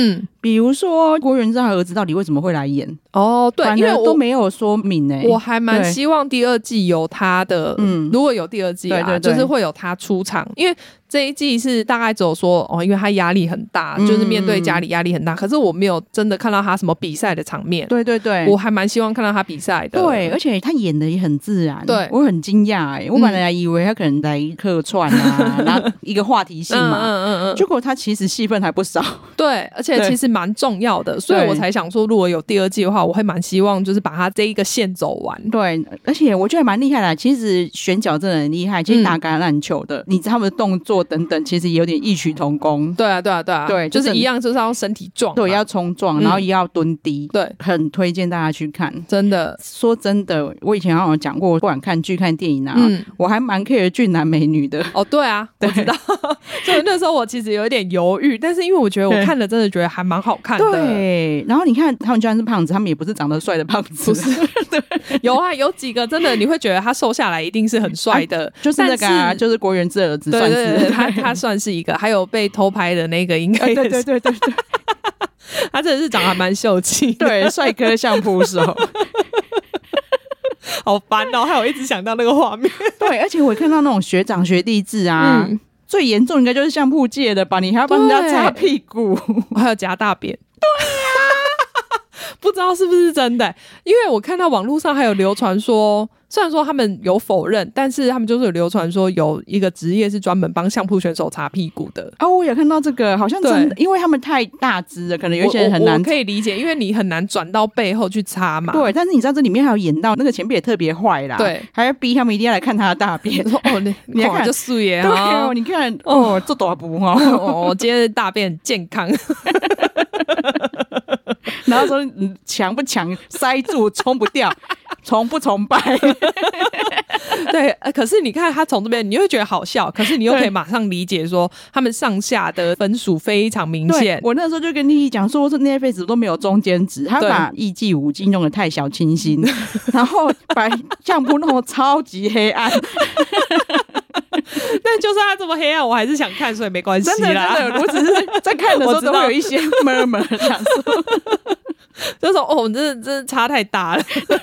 Speaker 1: 比如说郭元璋的儿子到底为什么会来演？
Speaker 2: 哦，对，因为我
Speaker 1: 都没有说明诶、欸。
Speaker 2: 我还蛮希望第二季有他的，嗯，如果有第二季啊，对对对，就是会有他出场，因为这一季是大概只有说哦，因为他压力很大，嗯、就是面对家里压力很大，可是我没有真的看到他什么比赛的场面。对对对，我还蛮希望看到他比赛的。
Speaker 1: 对，而且他演的也很自然，对我很惊讶哎，我本来以为他可能来客串啊，然后一个话题性嘛，嗯嗯嗯，结果他其实戏份还不少。
Speaker 2: 对，而且其实蛮重要的，所以我才想说，如果有第二季的话，我会蛮希望就是把他这一个线走完。
Speaker 1: 对，而且我觉得蛮厉害的。其实选角真的很厉害，其实打橄榄球的，嗯、你知道他们的动作等等，其实也有点异曲同工。
Speaker 2: 对啊，对啊，对啊，对，就是一样，就是要身体壮，
Speaker 1: 对，要冲撞，然后也要蹲低。对、嗯，很推荐大家去看。
Speaker 2: 真的，
Speaker 1: 说真的，我以前好像有讲过，不管看剧、看电影啊，嗯、我还蛮 care 俊男美女的。
Speaker 2: 哦，对啊，我知道。所以那时候我其实有一点犹豫，但是因为我觉得我看了真的觉得还蛮好看的。
Speaker 1: 对，然后你看他们居然是胖子，他们也不是长得帅的胖子，
Speaker 2: 不是。对，有啊，有几个真的你会觉得他瘦下来一定是很帅的，啊、
Speaker 1: 就是那个、啊，就是郭元志的儿子，算是
Speaker 2: 对对对，他他算是一个，还有被偷拍的那个应该也是，
Speaker 1: 对对对对对，
Speaker 2: 他真的是长得还蛮秀气，
Speaker 1: 对，帅哥相扑手。
Speaker 2: 好烦哦，害我一直想到那个画面。
Speaker 1: 对，而且我看到那种学长学弟制啊，嗯、最严重应该就是相扑界的吧？你还要帮人家擦屁股，
Speaker 2: 还有夹大便。
Speaker 1: 对呀、
Speaker 2: 啊，不知道是不是真的，因为我看到网络上还有流传说。虽然说他们有否认，但是他们就是有流传说有一个职业是专门帮相扑选手擦屁股的。
Speaker 1: 哦，我也看到这个，好像真的，因为他们太大只了，可能有些人很难。
Speaker 2: 我, 我可以理解，因为你很难转到背后去擦嘛。
Speaker 1: 对，但是你知道这里面还有演到那个前辈也特别坏啦，对，还要逼他们一定要来看他的大便。
Speaker 2: 哦，你你看就素颜
Speaker 1: 对哦，你看哦，这大步哈，
Speaker 2: 哦，今天的大便健康。
Speaker 1: 然后说你强不强，塞住冲不掉，崇不崇拜？
Speaker 2: 对、呃，可是你看他从这边，你会觉得好笑，可是你又可以马上理解说他们上下的分数非常明显。
Speaker 1: 我那时候就跟丽丽讲说，是 Netflix 都没有中间值，他把艺伎五金用的太小清新，然后把相扑弄得超级黑暗。
Speaker 2: 但就算他这么黑暗，我还是想看，所以没关系啦。
Speaker 1: 真的，真的，我只是在看的时候都会有一些 murmur 想说，
Speaker 2: 就说哦，这这差太大了。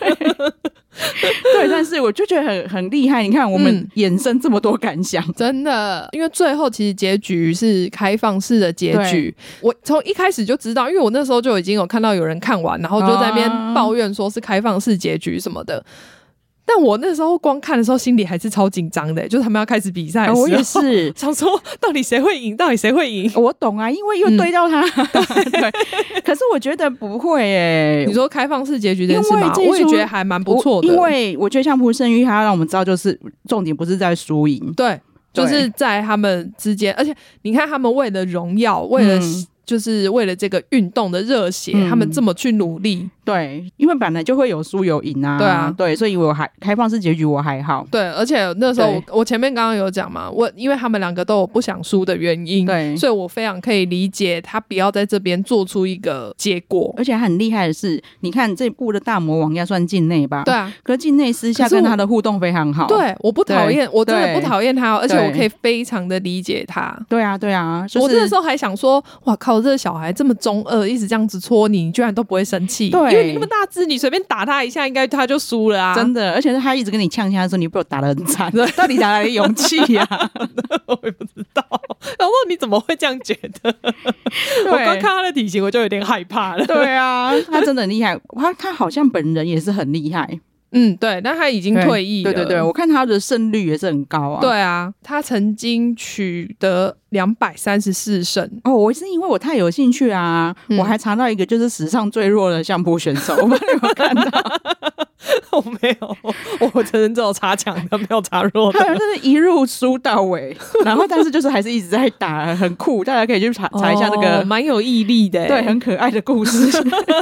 Speaker 1: 对，但是我就觉得很很厉害。你看，我们衍生这么多感想，
Speaker 2: 嗯、真的，因为最后其实结局是开放式的结局。我从一开始就知道，因为我那时候就已经有看到有人看完，然后就在那边抱怨说是开放式结局什么的。但我那时候光看的时候，心里还是超紧张的，就是他们要开始比赛的时候，
Speaker 1: 我也是
Speaker 2: 想说，到底谁会赢？到底谁会赢？
Speaker 1: 我懂啊，因为又对到他。嗯、对，可是我觉得不会诶。
Speaker 2: 你说开放式结局这件事吗？我也觉得还蛮不错的。
Speaker 1: 因为我觉得相扑圣域，它让我们知道，就是重点不是在输赢，
Speaker 2: 对，就是在他们之间。而且你看，他们为了荣耀，为了、嗯。就是为了这个运动的热血、嗯，他们这么去努力。
Speaker 1: 对，因为本来就会有输有赢啊。对啊，对，所以我还开放式结局我还好。
Speaker 2: 对，而且那时候我我前面刚刚有讲嘛，我因为他们两个都有不想输的原因，对，所以我非常可以理解他不要在这边做出一个结果。
Speaker 1: 而且很厉害的是，你看这部的大魔王要算境内吧？
Speaker 2: 对啊，
Speaker 1: 可是境内私下跟他的互动非常好。
Speaker 2: 对，我不讨厌，我真的不讨厌他，而且我可以非常的理解他。
Speaker 1: 对啊，对啊，就是、
Speaker 2: 我那时候还想说，哇靠，这个小孩这么中二，一直这样子戳你，你居然都不会生气？对，因为你那么大只，你随便打他一下，应该他就输了啊！
Speaker 1: 真的，而且他一直跟你呛呛的时候，你被我打得很惨，到底哪来的勇气呀、啊？
Speaker 2: 我也不知道。然后你怎么会这样觉得？我刚看他的体型，我就有点害怕了。
Speaker 1: 对啊，他真的很厉害，他他好像本人也是很厉害。
Speaker 2: 嗯，对，但他已经退役了。
Speaker 1: 对对对，我看他的胜率也是很高啊。
Speaker 2: 对啊，他曾经取得两百三十四胜。
Speaker 1: 哦，我是因为我太有兴趣啊，嗯、我还查到一个就是史上最弱的相扑选手，我不知道你有没有看到？
Speaker 2: 我没有，我真的只有查强的，没有查弱的。
Speaker 1: 他就是一路输到尾，然后但是就是还是一直在打，很酷，大家可以去查查一下那个，
Speaker 2: 蛮、哦、有毅力的，
Speaker 1: 对，很可爱的故事。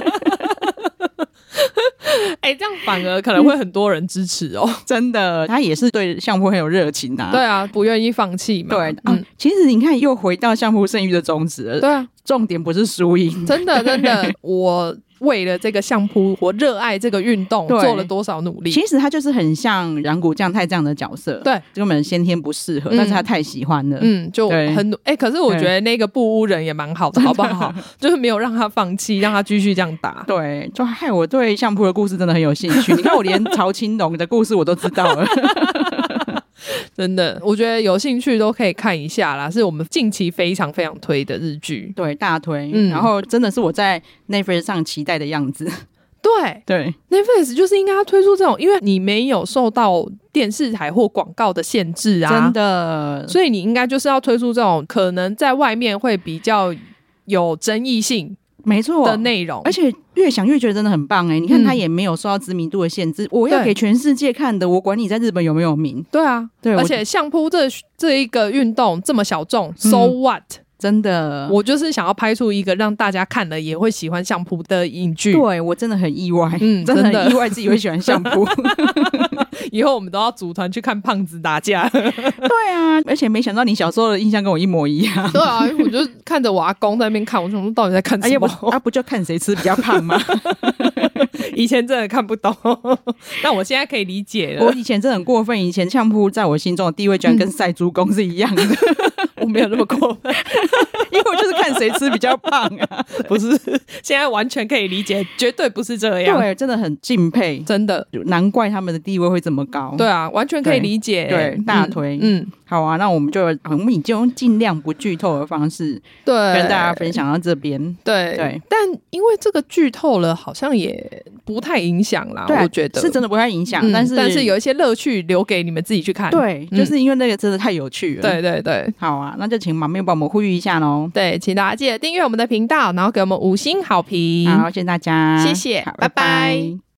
Speaker 2: 哎、欸，这样反而可能会很多人支持哦。
Speaker 1: 真的，他也是对相扑很有热情啊。
Speaker 2: 对啊，不愿意放弃嘛。
Speaker 1: 对，嗯、啊，其实你看，又回到相扑圣域的宗旨了。对啊， 重点不是输赢。
Speaker 2: 真的真的，我为了这个相扑，我热爱这个运动，做了多少努力。
Speaker 1: 其实他就是很像染谷将太这样的角色，
Speaker 2: 对，
Speaker 1: 根本先天不适合、嗯、但是他太喜欢了，
Speaker 2: 嗯，就很哎、欸，可是我觉得那个布屋人也蛮好的，好不好？就是没有让他放弃，让他继续这样打。
Speaker 1: 对，就害我对相扑的故事真的很有兴趣。你看我连曹青龙的故事我都知道了。
Speaker 2: 真的，我觉得有兴趣都可以看一下啦，是我们近期非常非常推的日剧，
Speaker 1: 对，大推、嗯、然后真的是我在 Netflix 上期待的样子。
Speaker 2: 对
Speaker 1: 对
Speaker 2: Netflix 就是应该要推出这种，因为你没有受到电视台或广告的限制啊，
Speaker 1: 真的，
Speaker 2: 所以你应该就是要推出这种可能在外面会比较有争议性
Speaker 1: 没错
Speaker 2: 的内容，
Speaker 1: 而且越想越觉得真的很棒哎、欸！你看他也没有受到知名度的限制、嗯、我要给全世界看的，我管你在日本有没有名。
Speaker 2: 对啊，对，而且相扑这这一个运动这么小众、嗯、，so what？
Speaker 1: 真的，
Speaker 2: 我就是想要拍出一个让大家看了也会喜欢相扑的影剧。
Speaker 1: 对，我真的很意外，嗯，真的很意外自己会喜欢相扑。
Speaker 2: 以后我们都要组团去看胖子打架。
Speaker 1: 对啊，而且没想到你小时候的印象跟我一模一样。
Speaker 2: 对啊，我就看着我阿公在那边看，我想说到底在看什么？
Speaker 1: 啊、不, 啊不就看谁吃比较胖吗？
Speaker 2: 以前真的看不懂，但我现在可以理解了。
Speaker 1: 我以前真的很过分，以前相扑在我心中的地位居然跟赛猪公是一样的。
Speaker 2: 我没有那么过分，
Speaker 1: 因为我就是看谁吃比较胖啊。
Speaker 2: 不是，现在完全可以理解，绝对不是这样。
Speaker 1: 对，真的很敬佩，
Speaker 2: 真的，
Speaker 1: 难怪他们的地位会这么高。
Speaker 2: 对啊，完全可以理解。
Speaker 1: 对，对大推。嗯，好啊，那我们就我们已经用尽量不剧透的方式，对，跟大家分享到这边。
Speaker 2: 对对，但因为这个剧透了，好像也不太影响啦。
Speaker 1: 对、啊，
Speaker 2: 我觉得
Speaker 1: 是真的不太影响、嗯，但是
Speaker 2: 但是有一些乐趣留给你们自己去看。
Speaker 1: 对，嗯、就是因为那个真的太有趣了。
Speaker 2: 对对对，
Speaker 1: 好啊，那就请马妹帮我们呼吁一下咯。
Speaker 2: 对，请大家记得订阅我们的频道，然后给我们五星好评。
Speaker 1: 好，谢谢大家，
Speaker 2: 谢谢，拜拜。拜拜。